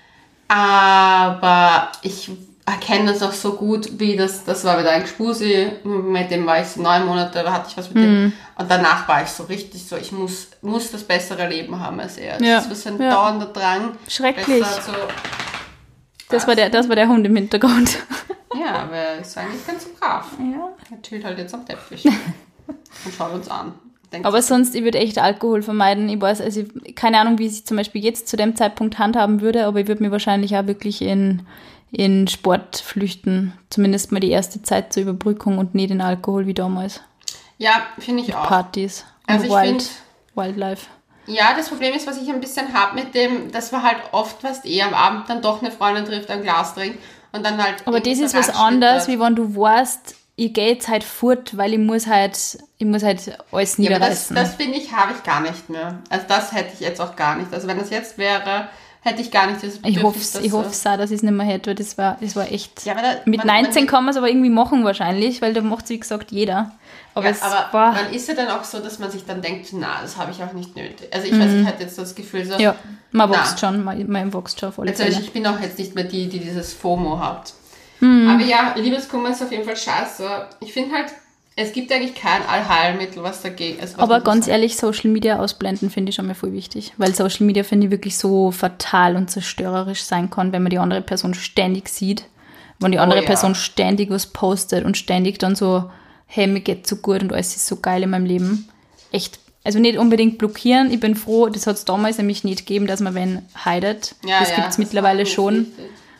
Aber ich erkenne das auch so gut, wie das, das war wieder ein Gspusi, mit dem war ich so neun Monate, da hatte ich was mit mhm. dem. Und danach war ich so richtig so, ich muss, muss das bessere Leben haben als er. Ja. Das ist so ein ja. dauernder Drang. Schrecklich. So, das, war der, das war der Hund im Hintergrund. Ja, aber ist eigentlich ganz so brav. Ja. Er chillt halt jetzt am Teppich und schaut uns an. Denkt aber sonst, ich würde echt Alkohol vermeiden. Ich weiß, also ich, keine Ahnung, wie ich zum Beispiel jetzt zu dem Zeitpunkt handhaben würde, aber ich würde mir wahrscheinlich auch wirklich in, in Sport flüchten. Zumindest mal die erste Zeit zur Überbrückung und nicht in Alkohol wie damals. Ja, finde ich mit auch. Partys also und ich Wild, find, Wildlife. Ja, das Problem ist, was ich ein bisschen habe mit dem, dass man halt oft fast eh am Abend dann doch eine Freundin trifft, ein Glas trinkt und dann halt... Aber das ist was anderes, wie wenn du weißt, ich gehe jetzt halt fort, weil ich muss halt, ich muss halt alles niederreißen. Ja, das, das finde ich, habe ich gar nicht mehr. Also das hätte ich jetzt auch gar nicht. Also wenn das jetzt wäre, hätte ich gar nicht das Bedürfnis. Ich hoffe es auch, dass ich es nicht mehr hätte, weil das war, das war echt... Ja, da, mit man, neunzehn man, kann man es aber irgendwie machen wahrscheinlich, weil da macht es, wie gesagt, jeder. Aber, ja, es aber war, man ist ja dann auch so, dass man sich dann denkt, na, das habe ich auch nicht nötig. Also ich mhm. weiß, ich hatte jetzt das Gefühl so... Ja, man wächst schon, man, man wächst schon auf alle Fälle. Also ich bin auch jetzt nicht mehr die, die dieses FOMO hat. Mhm. Aber ja, Liebeskummer ist auf jeden Fall scheiße. Ich finde halt, es gibt eigentlich kein Allheilmittel, was dagegen ist. Aber ganz sagt. ehrlich, Social Media ausblenden finde ich schon mal voll wichtig. Weil Social Media, finde ich, wirklich so fatal und zerstörerisch sein kann, wenn man die andere Person ständig sieht. Wenn die andere oh, ja. Person ständig was postet und ständig dann so, hey, mir geht's so gut und alles ist so geil in meinem Leben. Echt. Also nicht unbedingt blockieren. Ich bin froh, das hat es damals nämlich nicht gegeben, dass man wen heidet. Ja, das ja, gibt es mittlerweile schon. Richtig.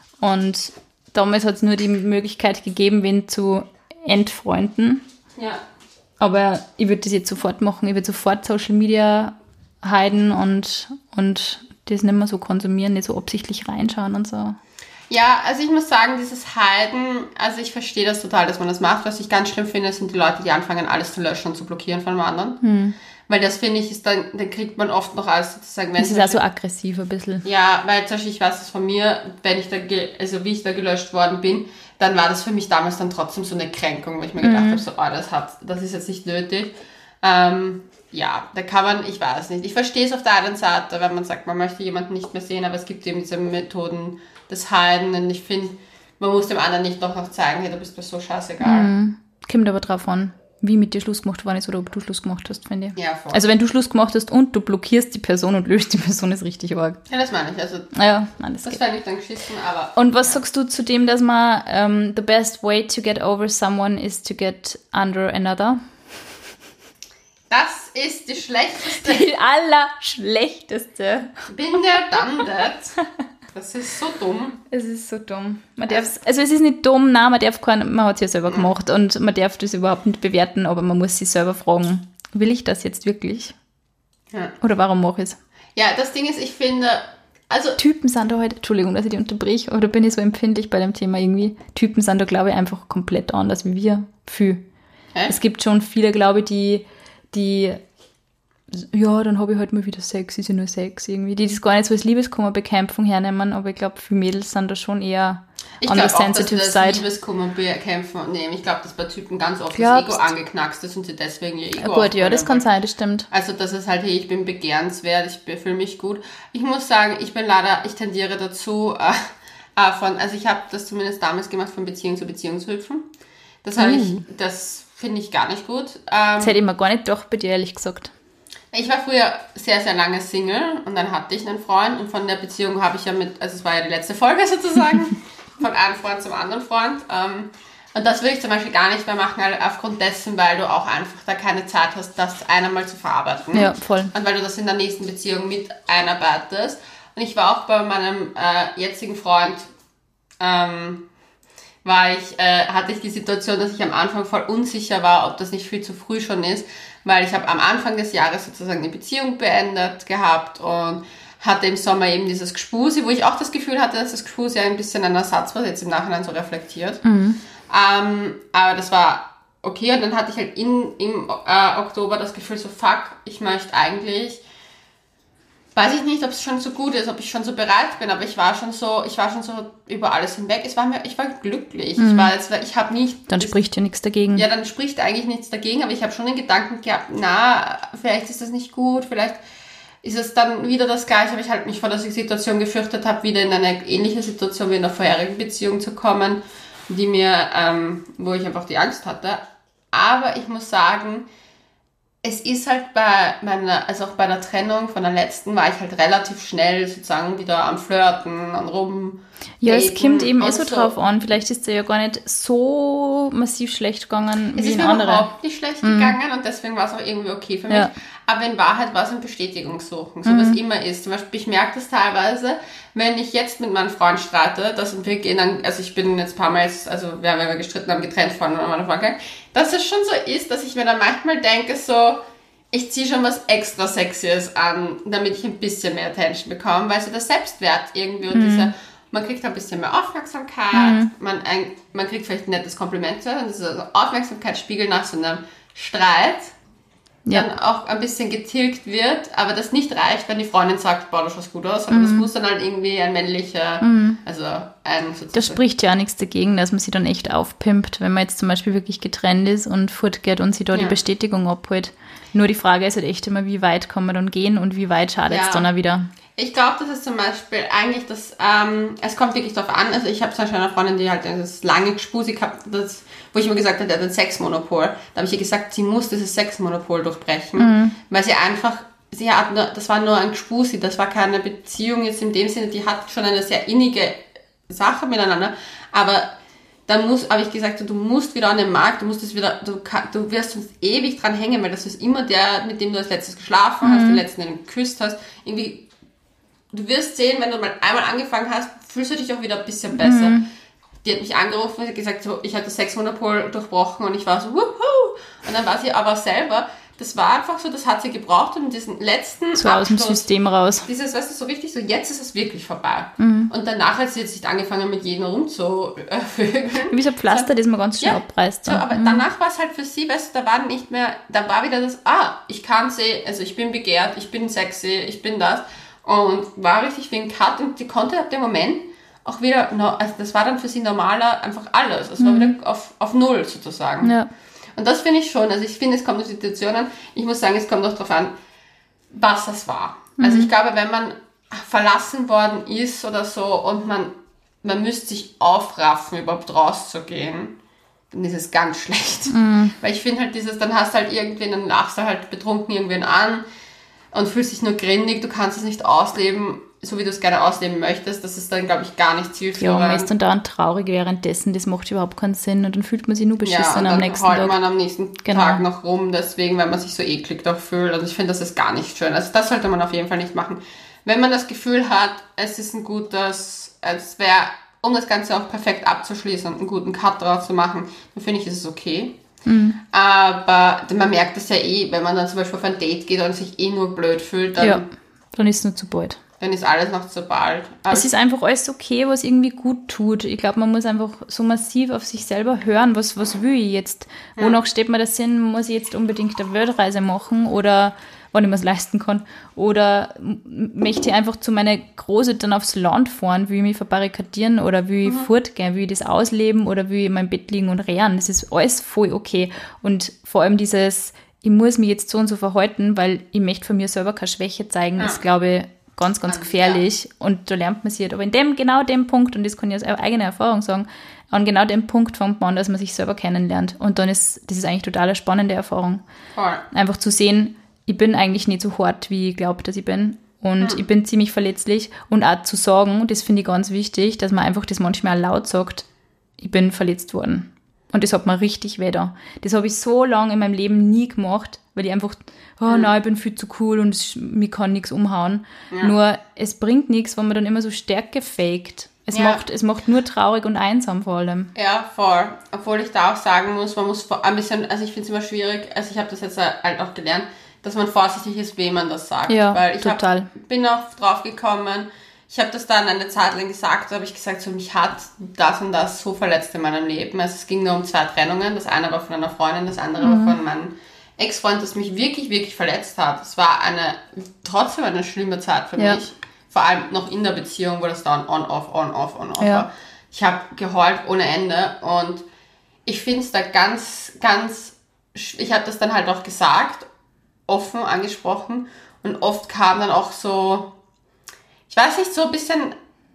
Und damals hat es nur die Möglichkeit gegeben, wen zu entfreunden. Ja. Aber ich würde das jetzt sofort machen. Ich würde sofort Social Media heiden und, und das nicht mehr so konsumieren, nicht so absichtlich reinschauen und so. Ja, also ich muss sagen, dieses Heiden, also ich verstehe das total, dass man das macht. Was ich ganz schlimm finde, sind die Leute, die anfangen, alles zu löschen und zu blockieren von einem anderen. Hm. Weil das, finde ich, ist dann, dann kriegt man oft noch alles sozusagen... Wenn das ist auch so aggressiv ein bisschen. Ja, weil zum Beispiel, ich weiß das von mir, wenn ich da, ge- also wie ich da gelöscht worden bin, dann war das für mich damals dann trotzdem so eine Kränkung, wo ich mir gedacht mhm. habe, so, oh, das, hat, das ist jetzt nicht nötig. Ähm, ja, da kann man, ich weiß nicht. Ich verstehe es auf der einen Seite, wenn man sagt, man möchte jemanden nicht mehr sehen, aber es gibt eben diese Methoden des Heiden und ich finde, man muss dem anderen nicht noch, noch zeigen, hey, du bist mir so scheißegal. Mhm. Kommt aber drauf an. wie mit dir Schluss gemacht worden ist oder ob du Schluss gemacht hast, finde ich. Ja, voll. Also wenn du Schluss gemacht hast und du blockierst die Person und löst die Person, ist richtig arg. Ja, das meine ich. Also ja, nein, das das fände ich dann geschissen, aber... Und was sagst du zu dem, dass man um, the best way to get over someone is to get under another? Das ist die schlechteste... Die allerschlechteste. Bin der done that. Das ist so dumm. Es ist so dumm. Man darf's, also es ist nicht dumm, nein, man darf kein, man hat es ja selber gemacht und man darf das überhaupt nicht bewerten, aber man muss sich selber fragen, will ich das jetzt wirklich? Ja. Oder warum mache ich es? Ja, das Ding ist, ich finde, also... Typen sind da halt, Entschuldigung, dass ich die unterbrich, oder bin ich so empfindlich bei dem Thema irgendwie? Typen sind da, glaube ich, einfach komplett anders wie wir. Viel. Hä? Es gibt schon viele, glaube ich, die, die ja, dann habe ich halt mal wieder Sex, ist ja nur Sex irgendwie. Die das gar nicht so als Liebeskummerbekämpfung hernehmen, aber ich glaube, viele Mädels sind da schon eher ich on the sensitive side. Ich glaube auch, dass sie das Liebeskummerbekämpfen nehmen. Ich glaube, dass bei Typen ganz oft Glaubst? das Ego angeknackst ist und sie deswegen ihr Ego ja, gut, ja, das kann sein, das stimmt. Also das ist halt, hey, ich bin begehrenswert, ich fühle mich gut. Ich muss sagen, ich bin leider, ich tendiere dazu, äh, äh, von, also ich habe das zumindest damals gemacht, von Beziehung zu Beziehung zu hüpfen. Das habe Mm. ich, das finde ich gar nicht gut. Ähm, Das hätte ich mir gar nicht gedacht bei dir, ehrlich gesagt. Ich war früher sehr, sehr lange Single und dann hatte ich einen Freund und von der Beziehung habe ich ja mit, also es war ja die letzte Folge sozusagen, von einem Freund zum anderen Freund. Ähm, und das würde ich zum Beispiel gar nicht mehr machen, halt aufgrund dessen, weil du auch einfach da keine Zeit hast, das einmal zu verarbeiten. Ja, voll. Und weil du das in der nächsten Beziehung mit einarbeitest. Und ich war auch bei meinem äh, jetzigen Freund, ähm, war ich, äh, hatte ich die Situation, dass ich am Anfang voll unsicher war, ob das nicht viel zu früh schon ist, weil ich habe am Anfang des Jahres sozusagen eine Beziehung beendet gehabt und hatte im Sommer eben dieses Gspusi, wo ich auch das Gefühl hatte, dass das Gspusi ein bisschen ein Ersatz war, jetzt im Nachhinein so reflektiert. Mhm. Ähm, aber das war okay und dann hatte ich halt in, im äh, Oktober das Gefühl so, fuck, ich möchte eigentlich, weiß ich nicht, ob es schon so gut ist, ob ich schon so bereit bin, aber ich war schon so, ich war schon so über alles hinweg. Es war mir, ich war glücklich. Mhm. Ich war jetzt, ich habe nicht. Dann das, spricht ja nichts dagegen. Ja, dann spricht eigentlich nichts dagegen, aber ich habe schon den Gedanken gehabt, na, vielleicht ist das nicht gut, vielleicht ist es dann wieder das Gleiche, aber ich halt mich vor der Situation gefürchtet habe, wieder in eine ähnliche Situation wie in der vorherigen Beziehung zu kommen, die mir, ähm, wo ich einfach die Angst hatte. Aber ich muss sagen, es ist halt bei meiner, also auch bei der Trennung von der letzten, war ich halt relativ schnell sozusagen wieder am Flirten und rum. Ja, es kommt eben eh so drauf an. Vielleicht ist es ja gar nicht so massiv schlecht gegangen es wie in anderen. Es ist mir andere. überhaupt nicht schlecht mm. gegangen und deswegen war es auch irgendwie okay für mich. Ja. Aber in Wahrheit war es ein Bestätigungssuchen, so mm. was immer ist. Zum Beispiel, ich merke das teilweise, wenn ich jetzt mit meinem Freund streite, dass wir gehen dann, also ich bin jetzt ein paar Mal, jetzt, also wir haben ja gestritten, haben getrennt von meiner Freundin, dass es schon so ist, dass ich mir dann manchmal denke, so, ich ziehe schon was extra Sexyes an, damit ich ein bisschen mehr Attention bekomme, weil so der Selbstwert irgendwie und mm. diese, man kriegt ein bisschen mehr Aufmerksamkeit, mm. man, ein, man kriegt vielleicht ein nettes Kompliment zu hören, und diese Aufmerksamkeitsspiegel nach so einem Streit ja. dann auch ein bisschen getilgt wird, aber das nicht reicht, wenn die Freundin sagt, boah, du schaust gut aus, aber mm. das muss dann halt irgendwie ein männlicher, mm. also ein sozusagen. Da spricht ja auch nichts dagegen, dass man sie dann echt aufpimpt, wenn man jetzt zum Beispiel wirklich getrennt ist und fortgeht und sie da ja. die Bestätigung abholt. Nur die Frage ist halt echt immer, wie weit kann man dann gehen und wie weit schadet es ja. dann auch wieder. Ich glaube, das ist zum Beispiel eigentlich das, ähm, es kommt wirklich darauf an, also ich habe zum Beispiel eine Freundin, die halt das lange Gspusi gehabt, das, wo ich mir gesagt habe, der hat ein Sexmonopol. Da habe ich ihr gesagt, sie muss dieses Sexmonopol durchbrechen, mhm. weil sie einfach, sie hat nur, das war nur ein Gspusi, das war keine Beziehung jetzt in dem Sinne, die hat schon eine sehr innige Sache miteinander, aber dann muss, habe ich gesagt, du musst wieder an den Markt, du musst es wieder, du, du wirst sonst ewig dran hängen, weil das ist immer der, mit dem du als letztes geschlafen hast, mhm. den letzten, den du geküsst hast, irgendwie. Du wirst sehen, wenn du mal einmal angefangen hast, fühlst du dich auch wieder ein bisschen besser. Mhm. Die hat mich angerufen und hat gesagt, so, ich hatte das Sexmonopol durchbrochen und ich war so, wuhu! Und dann war sie aber selber, das war einfach so, das hat sie gebraucht, um diesen letzten so Abschluss, aus dem System raus. Dieses, weißt du, so richtig so, jetzt ist es wirklich vorbei. Mhm. Und danach hat sie jetzt nicht angefangen, mit jedem rumzuvögeln. Wie so ein Pflaster, das man ganz schnell ja, abreißt. So, aber mhm. danach war es halt für sie, weißt du, da war nicht mehr, da war wieder das, ah, ich kann sie, also ich bin begehrt, ich bin sexy, ich bin das. Und war richtig wie ein Cut und die konnte ab dem Moment auch wieder, also das war dann für sie normaler, einfach alles. Es mhm. war wieder auf, auf Null sozusagen. Ja. Und das finde ich schon, also ich finde, es kommt auf Situationen, ich muss sagen, es kommt auch darauf an, was das war. Mhm. Also ich glaube, wenn man verlassen worden ist oder so und man, man müsste sich aufraffen, überhaupt rauszugehen, dann ist es ganz schlecht. Mhm. Weil ich finde halt dieses, dann hast du halt irgendwen, dann lachst du halt betrunken irgendwen an und fühlst dich nur grindig, du kannst es nicht ausleben, so wie du es gerne ausleben möchtest. Das ist dann, glaube ich, gar nicht zielführend. Ja, man ist dann dauernd traurig währenddessen, das macht überhaupt keinen Sinn und dann fühlt man sich nur beschissen ja, am nächsten Tag. Ja, und dann heult man am nächsten genau. Tag noch rum, deswegen, weil man sich so eklig doch fühlt. Also ich finde, das ist gar nicht schön. Also das sollte man auf jeden Fall nicht machen. Wenn man das Gefühl hat, es ist ein gutes, es wäre, um das Ganze auch perfekt abzuschließen und einen guten Cut drauf zu machen, dann finde ich, ist es okay. Mhm. Aber man merkt das ja eh, wenn man dann zum Beispiel auf ein Date geht und sich eh nur blöd fühlt, dann, ja, dann ist es nur zu bald. Dann ist alles noch zu bald. Also es ist einfach alles okay, was irgendwie gut tut. Ich glaube, man muss einfach so massiv auf sich selber hören, was, was will ich jetzt? Ja. Wonach steht mir das Sinn? Muss ich jetzt unbedingt eine Weltreise machen oder wann ich mir es leisten kann? Oder möchte ich einfach zu meinen Großeltern aufs Land fahren? Will ich mich verbarrikadieren oder will ich mhm. fortgehen? Will ich das ausleben oder will ich in meinem Bett liegen und rehren? Das ist alles voll okay. Und vor allem dieses, ich muss mich jetzt so und so verhalten, weil ich möchte von mir selber keine Schwäche zeigen, ja. ist, glaube ich, ganz, ganz gefährlich. Ja. Und da lernt man sich halt. Aber in dem, genau dem Punkt, und das kann ich aus eigener Erfahrung sagen, an genau dem Punkt fängt man an, dass man sich selber kennenlernt. Und dann ist, das ist eigentlich total eine spannende Erfahrung. Voll. Einfach zu sehen, ich bin eigentlich nicht so hart, wie ich glaube, dass ich bin. Und mhm. ich bin ziemlich verletzlich. Und auch zu sagen, das finde ich ganz wichtig, dass man einfach das manchmal auch laut sagt, ich bin verletzt worden. Und das hat mir richtig weh da. Das habe ich so lange in meinem Leben nie gemacht, weil ich einfach, oh mhm. nein, ich bin viel zu cool und es, mir kann nichts umhauen. Ja. Nur, es bringt nichts, wenn man dann immer so Stärke faked. Es, ja. macht, es macht nur traurig und einsam vor allem. Ja, voll. Obwohl ich da auch sagen muss, man muss ein bisschen, also ich finde es immer schwierig, also ich habe das jetzt halt auch gelernt, dass man vorsichtig ist, wem man das sagt. Ja, weil ich total. Hab, bin auch drauf gekommen, ich habe das dann eine Zeit lang gesagt, da habe ich gesagt, so, mich hat das und das so verletzt in meinem Leben. Also es ging nur um zwei Trennungen. Das eine war von einer Freundin, das andere mhm. war von meinem Ex-Freund, das mich wirklich, wirklich verletzt hat. Es war eine, trotzdem eine schlimme Zeit für ja. mich. Vor allem noch in der Beziehung, wo das dann on, off, on, off, on, off ja. war. Ich habe geheult ohne Ende und ich finde es da ganz, ganz, ich habe das dann halt auch gesagt, offen angesprochen und oft kam dann auch so, ich weiß nicht, so ein bisschen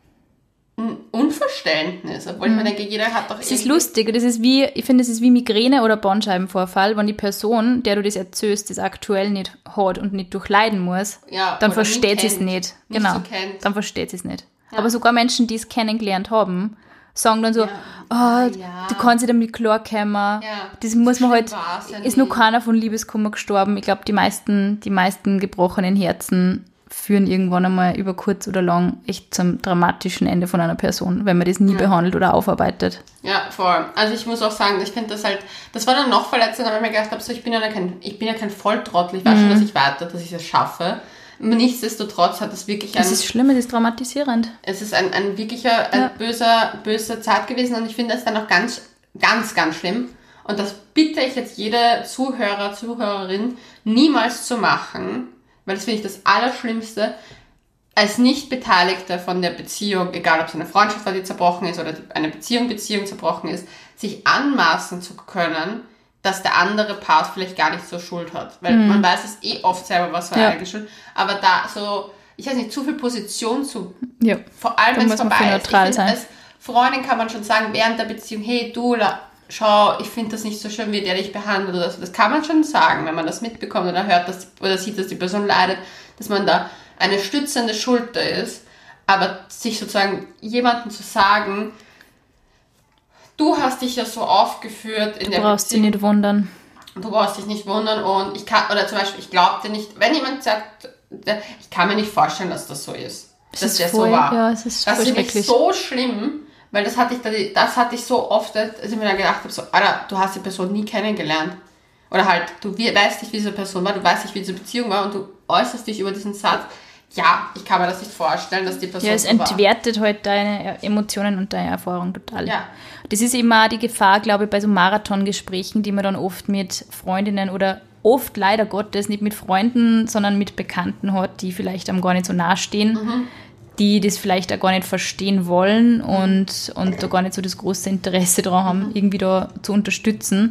ein Unverständnis, obwohl ich mir denke, jeder hat doch Es ist lustig, das ist wie, ich finde, es ist wie Migräne oder Bandscheibenvorfall, wenn die Person, der du das erzählst, das aktuell nicht hat und nicht durchleiden muss, ja, dann versteht sie es nicht. nicht genau, so kennt. Dann versteht sie es nicht. Ja. Aber sogar Menschen, die es kennengelernt haben, sagen dann so, ja. oh, ja. du kannst dich damit klarkommen, ja. das muss man halt, ja ist nur keiner von Liebeskummer gestorben. Ich glaube, die meisten, die meisten gebrochenen Herzen führen irgendwann einmal über kurz oder lang echt zum dramatischen Ende von einer Person, wenn man das nie ja. behandelt oder aufarbeitet. Ja, voll. Also ich muss auch sagen, ich finde das halt, das war dann noch verletzend, weil ich mir gedacht habe, so, ich bin ja kein, ich bin ja kein Volltrottel, ich weiß mhm. schon, dass ich weiter, dass ich das schaffe. Aber nichtsdestotrotz hat das wirklich ein... Es ist schlimm, es ist traumatisierend. Es ist ein, ein wirklicher, ein ja. böser, böser Zeit gewesen und ich finde das dann auch ganz, ganz, ganz schlimm. Und das bitte ich jetzt jede Zuhörer, Zuhörerin niemals zu machen, weil das finde ich das Allerschlimmste, als Nicht-Beteiligter von der Beziehung, egal ob es eine Freundschaft war, die zerbrochen ist oder eine Beziehung, Beziehung zerbrochen ist, sich anmaßen zu können, dass der andere Part vielleicht gar nicht so Schuld hat. Weil mhm. man weiß es eh oft selber, was war ja. eigentlich schuld. Aber da so, ich weiß nicht, zu viel Position zu, ja. vor allem wenn es vorbei ist. Ich find, als Freundin kann man schon sagen, während der Beziehung, hey du, la, schau, ich finde das nicht so schön, wie der dich behandelt oder so. Das kann man schon sagen, wenn man das mitbekommt oder hört dass, oder sieht, dass die Person leidet, dass man da eine stützende Schulter ist. Aber sich sozusagen jemandem zu sagen, du hast dich ja so aufgeführt in du der Du brauchst dich nicht wundern. Du brauchst dich nicht wundern und ich kann, oder zum Beispiel, ich glaubte nicht, wenn jemand sagt, ich kann mir nicht vorstellen, dass das so ist. Das dass ist der voll, so war. Ja, es ist das voll finde ich so schlimm, weil das hatte ich, da, das hatte ich so oft, dass ich mir dann gedacht habe, so, Alter, du hast die Person nie kennengelernt. Oder halt, du weißt nicht, wie diese Person war, du weißt nicht, wie diese Beziehung war und du äußerst dich über diesen Satz. Ja, ich kann mir das nicht vorstellen, dass die Person Ja, es so entwertet war. halt deine Emotionen und deine Erfahrung total. Ja. Das ist immer die Gefahr, glaube ich, bei so Marathongesprächen, die man dann oft mit Freundinnen oder oft leider Gottes nicht mit Freunden, sondern mit Bekannten hat, die vielleicht einem gar nicht so nahe stehen, mhm. die das vielleicht auch gar nicht verstehen wollen und, und da gar nicht so das große Interesse daran haben, mhm. irgendwie da zu unterstützen.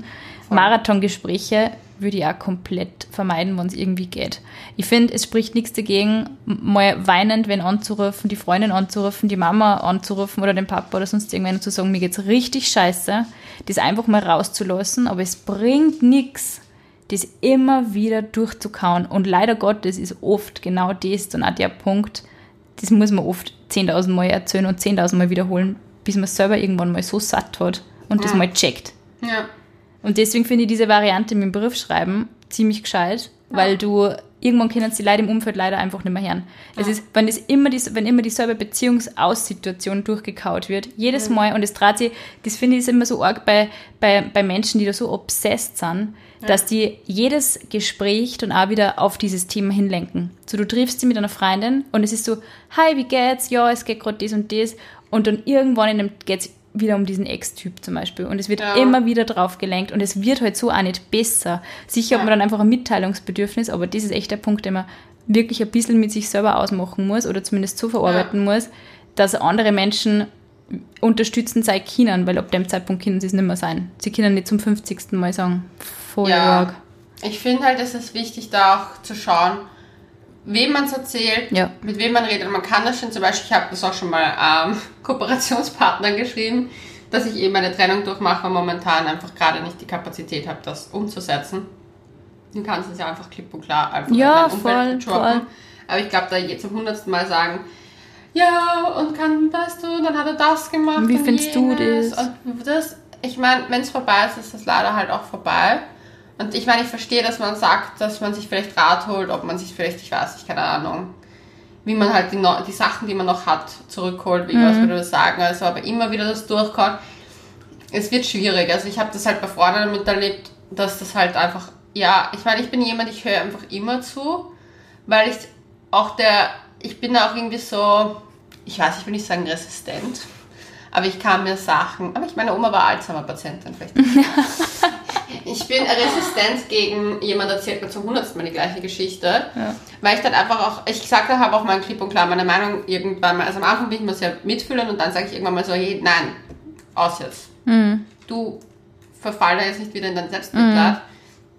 Marathongespräche würde ich auch komplett vermeiden, wenn es irgendwie geht. Ich finde, es spricht nichts dagegen, mal weinend wen anzurufen, die Freundin anzurufen, die Mama anzurufen oder den Papa oder sonst irgendwen zu sagen, mir geht's richtig scheiße, das einfach mal rauszulassen, aber es bringt nichts, das immer wieder durchzukauen. Und leider Gottes ist oft genau das dann auch der Punkt, das muss man oft zehntausend Mal erzählen und zehntausend Mal wiederholen, bis man es selber irgendwann mal so satt hat und ja. das mal checkt. Ja. Und deswegen finde ich diese Variante mit dem Briefschreiben ziemlich gescheit, ja. weil du, irgendwann können die Leute im Umfeld leider einfach nicht mehr hören. Ja. Es ist, wenn, das immer die, wenn immer dieselbe Beziehungsaussituation durchgekaut wird, jedes ja. Mal, und es dreht sich, das finde ich ist immer so arg bei, bei, bei Menschen, die da so obsessed sind, ja. dass die jedes Gespräch dann auch wieder auf dieses Thema hinlenken. So, du triffst dich mit einer Freundin und es ist so, hi, wie geht's? Ja, es geht gerade das und das. Und dann irgendwann in dem geht's wieder um diesen Ex-Typ zum Beispiel. Und es wird ja. immer wieder drauf gelenkt und es wird halt so auch nicht besser. Sicher ja. hat man dann einfach ein Mitteilungsbedürfnis, aber das ist echt der Punkt, den man wirklich ein bisschen mit sich selber ausmachen muss oder zumindest so verarbeiten ja. muss, dass andere Menschen unterstützen sein können, weil ab dem Zeitpunkt können sie es nicht mehr sein. Sie können nicht zum fünfzigsten Mal sagen, voll ja. arg. Ich finde halt, es ist wichtig, da auch zu schauen, wem man es erzählt, ja. mit wem man redet. Und man kann das schon, zum Beispiel, ich habe das auch schon mal ähm, Kooperationspartnern geschrieben, dass ich eben eine Trennung durchmache und momentan einfach gerade nicht die Kapazität habe, das umzusetzen. Du kannst es ja einfach klipp und klar einfach ja, in dein Umfeld droppen. Aber ich glaube, da jetzt zum hundertsten Mal sagen, ja, und kann, weißt du, dann hat er das gemacht. Wie findest du das? Und das, ich meine, wenn es vorbei ist, ist das leider halt auch vorbei. Und ich meine, ich verstehe, dass man sagt, dass man sich vielleicht Rat holt, ob man sich vielleicht, ich weiß nicht, keine Ahnung, wie man halt die, no- die Sachen, die man noch hat, zurückholt, wie mhm. was würde ich sagen. Also, aber immer wieder das durchkommt, es wird schwierig. Also ich habe das halt bei Freunden miterlebt, dass das halt einfach, ja, ich meine, ich bin jemand, ich höre einfach immer zu, weil ich auch der, ich bin da auch irgendwie so, ich weiß, ich will nicht sagen resistent, aber ich kann mir Sachen, aber ich meine, Oma war Alzheimer-Patientin, vielleicht nicht. Ich bin resistent gegen, jemand erzählt mir zum hundertsten Mal die gleiche Geschichte, ja. weil ich dann einfach auch, ich sage habe auch mal klipp und klar meine Meinung irgendwann mal, also am Anfang bin ich mal sehr mitfühlend und dann sage ich irgendwann mal so, hey, nein, aus jetzt. Mhm. Du verfall da jetzt nicht wieder in dein Selbstmitleid. Mhm.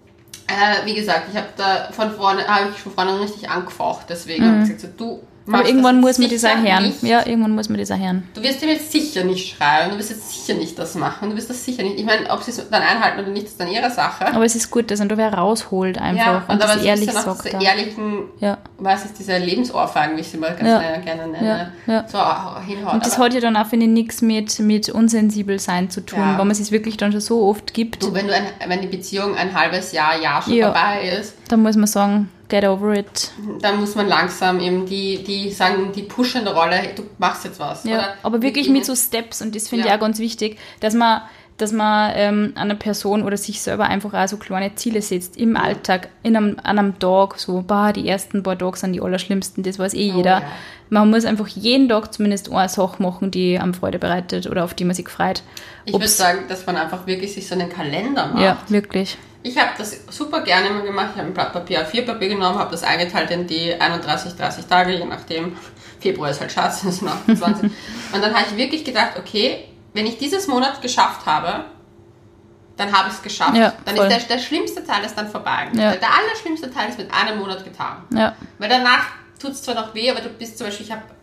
Äh, wie gesagt, ich habe da von vorne, habe ich von vorne richtig angefocht, deswegen mhm. habe ich gesagt, so, du aber irgendwann muss man das auch hören. Ja, irgendwann muss man das auch hören. Du wirst dir jetzt sicher nicht schreien, du wirst jetzt sicher nicht das machen, du wirst das sicher nicht. Ich meine, ob sie es dann einhalten oder nicht, ist dann ihre Sache. Aber es ist gut, dass man da wer rausholt einfach ja, und, und das ehrlich sagt. Ja, diese ehrlichen, ja. was ist diese Lebensohrfeigen, wie ich sie mal ganz ja. gerne nenne, ja. Ja. so hinhaut. Und das aber hat ja dann auch, finde ich, nichts mit, mit unsensibel sein zu tun, ja. weil man es wirklich dann schon so oft gibt. Du, wenn, du ein, wenn die Beziehung ein halbes Jahr, Jahr schon ja. vorbei ist, dann muss man sagen, get over it. Dann muss man langsam eben die, die sagen, die pushende Rolle, hey, du machst jetzt was. Ja, oder? Aber wirklich mit so Steps und das finde ja. ich auch ganz wichtig, dass man, dass man ähm, einer Person oder sich selber einfach auch so kleine Ziele setzt im Alltag, in einem, an einem Tag, so, bah, die ersten paar Tage sind die allerschlimmsten, das weiß eh jeder. Oh, ja. Man muss einfach jeden Tag zumindest eine Sache machen, die einem Freude bereitet oder auf die man sich freut. Ich würde sagen, dass man einfach wirklich sich so einen Kalender macht. Ja, wirklich. Ich habe das super gerne immer gemacht. Ich habe ein Blatt Papier, A vier Papier genommen, habe das eingeteilt in die einunddreißig, dreißig Tage, je nachdem. Februar ist halt scheiße, das sind achtundzwanzig. Und dann habe ich wirklich gedacht, okay, wenn ich dieses Monat geschafft habe, dann habe ich es geschafft. Ja, dann voll. ist der, der schlimmste Teil ist dann vorbei. Ja. Der allerschlimmste Teil ist mit einem Monat getan. Ja. Weil danach tut es zwar noch weh, aber du bist zum Beispiel, ich habe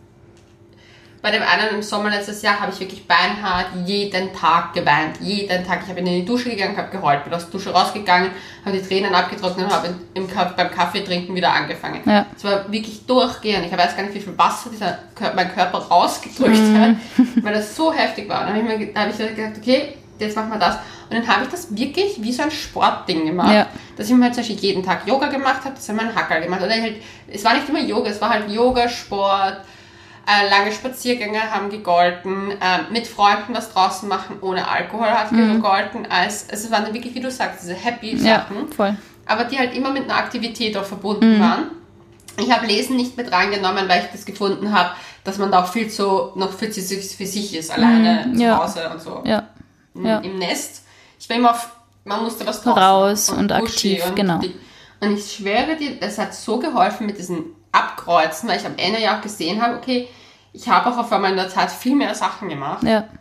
bei dem einen im Sommer letztes Jahr habe ich wirklich beinhart jeden Tag geweint. Jeden Tag. Ich habe in die Dusche gegangen, habe geheult, bin aus der Dusche rausgegangen, habe die Tränen abgetrocknet und habe im, beim Kaffee trinken wieder angefangen. Es ja. war wirklich durchgehend. Ich weiß gar nicht, wie viel Wasser dieser, mein Körper rausgedrückt mhm. hat, weil das so heftig war. Dann habe ich, mir, hab ich gedacht, okay, jetzt machen wir das. Und dann habe ich das wirklich wie so ein Sportding gemacht. Ja. Dass ich mir halt zum Beispiel jeden Tag Yoga gemacht habe, das habe ich meinen Hackerl gemacht. Oder halt, es war nicht immer Yoga, es war halt Yoga, Sport, Äh, lange Spaziergänge haben gegolten, äh, mit Freunden was draußen machen ohne Alkohol hat mhm. gegolten, als, also es waren dann wirklich, wie du sagst, diese Happy-Sachen, ja, voll. aber die halt immer mit einer Aktivität auch verbunden mhm. waren. Ich habe Lesen nicht mit reingenommen, weil ich das gefunden habe, dass man da auch viel zu, noch viel zu für sich ist, alleine mhm. ja. zu Hause und so, ja. Im, Ja. im Nest. Ich war immer auf, man musste was draußen raus und, und aktiv, und genau. Die, und ich schwöre dir, es hat so geholfen mit diesen Abkreuzen, weil ich am Ende ja auch gesehen habe, okay, ich habe auch auf einmal in der Zeit viel mehr Sachen gemacht. Ja.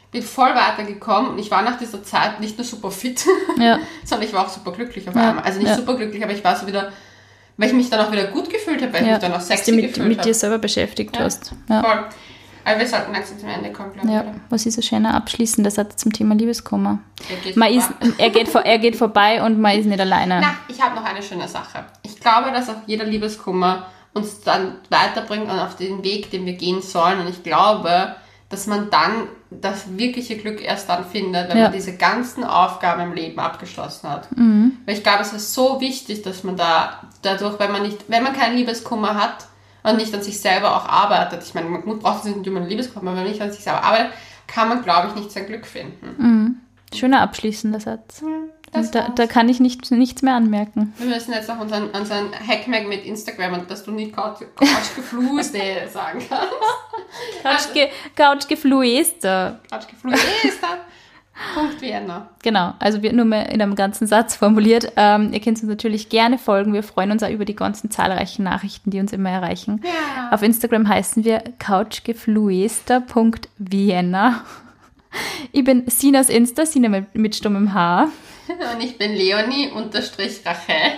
bin voll weitergekommen und ich war nach dieser Zeit nicht nur super fit, ja. sondern ich war auch super glücklich auf einmal. Ja. Also nicht ja. super glücklich, aber ich war so wieder, weil ich mich dann auch wieder gut gefühlt habe, weil ja. ich mich dann auch sexy mit, gefühlt habe. mit dir selber beschäftigt ja. hast. Ja. Voll. Aber wir sollten langsam zum Ende kommen, glaube ich. Ja, was ist ein schöner abschließender Satz zum Thema Liebeskummer? Er geht, man ist, er, geht vor, er geht vorbei und man ist nicht alleine. Na, ich habe noch eine schöne Sache. Ich glaube, dass auch jeder Liebeskummer uns dann weiterbringt und auf den Weg, den wir gehen sollen. Und ich glaube, dass man dann das wirkliche Glück erst dann findet, wenn ja. man diese ganzen Aufgaben im Leben abgeschlossen hat. Mhm. Weil ich glaube, es ist so wichtig, dass man da dadurch, wenn man nicht, wenn man keinen Liebeskummer hat, und nicht an sich selber auch arbeitet. Ich meine, man braucht nicht immer einen Liebeskummer, aber wenn man nicht an sich selber arbeitet, kann man, glaube ich, nicht sein Glück finden. Mhm. Schöner abschließender Satz. Ja, da, da kann ich nicht, nichts mehr anmerken. Wir müssen jetzt noch unseren, unseren Hackmack mit Instagram und dass du nicht Couchgeflueste sagen kannst. Couchgeflueste. Couchgeflueste. Punkt Vienna. Genau, also wir, nur mal in einem ganzen Satz formuliert. Ähm, ihr könnt uns natürlich gerne folgen. Wir freuen uns auch über die ganzen zahlreichen Nachrichten, die uns immer erreichen. Ja. Auf Instagram heißen wir couchgefluester Punkt Vienna. Ich bin Sinas Insta, Sina mit, mit stummem Haar. Und ich bin Leonie unterstrich Rachel.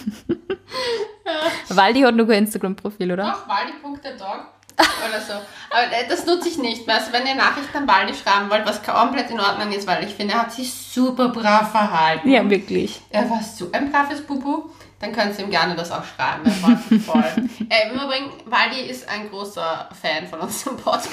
Waldi hat noch kein Instagram-Profil, oder? Doch, waldi.dog. Oder so. Aber das nutze ich nicht mehr. Also wenn ihr Nachrichten an Waldi schreiben wollt, was komplett in Ordnung ist, weil ich finde, er hat sich super brav verhalten. Ja, wirklich. Er war so ein braves Bubu. Dann könnt ihr ihm gerne das auch schreiben. Er freut sich voll. äh, Im Übrigen, Waldi ist ein großer Fan von unserem Podcast.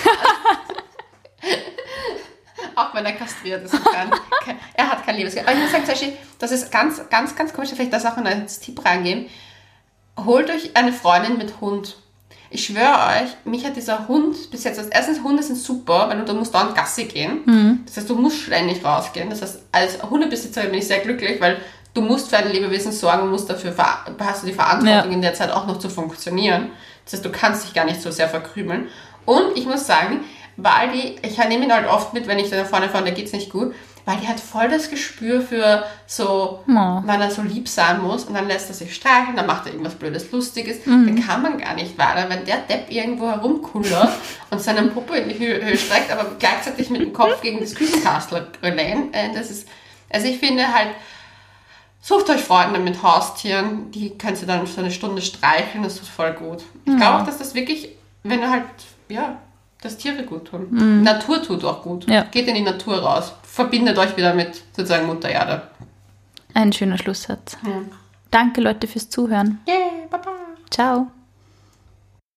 Auch wenn er kastriert ist. Kann, er hat kein Liebesgefühl. Aber ich muss sagen, zum Beispiel, das ist ganz, ganz, ganz komisch, vielleicht das auch in als Tipp reingeben. Holt euch eine Freundin mit Hund. Ich schwöre euch, mich hat dieser Hund bis jetzt, also erstens, Hunde sind super, weil du musst dauernd Gassi gehen. Mhm. Das heißt, du musst ständig rausgehen. Das heißt, als Hundebesitzerin bin ich sehr glücklich, weil du musst für ein Lebewesen sorgen und musst dafür, hast du die Verantwortung, ja. in der Zeit auch noch zu funktionieren. Das heißt, du kannst dich gar nicht so sehr verkrümeln. Und ich muss sagen, Waldi, ich nehme ihn halt oft mit, wenn ich da vorne fahre, da geht es nicht gut, weil die hat voll das Gespür für so, oh. wenn er so lieb sein muss und dann lässt er sich streicheln, dann macht er irgendwas Blödes, Lustiges, mhm. dann kann man gar nicht weiter, wenn der Depp irgendwo herumkullert und seinen Popo in die Höhe, Höhe streckt, aber gleichzeitig mit dem Kopf gegen das Küchenkastel lehnt. Das ist, also ich finde halt, sucht euch Freunde mit Haustieren, die könnt ihr dann so eine Stunde streicheln, das ist voll gut. Ich mhm. glaube auch, dass das wirklich, wenn du halt, ja, dass Tiere gut tun. Mhm. Natur tut auch gut. Ja. Geht in die Natur raus. Verbindet euch wieder mit sozusagen Mutter Erde. Ein schöner Schlusssatz. Ja. Danke, Leute, fürs Zuhören. Yeah, baba. Ciao.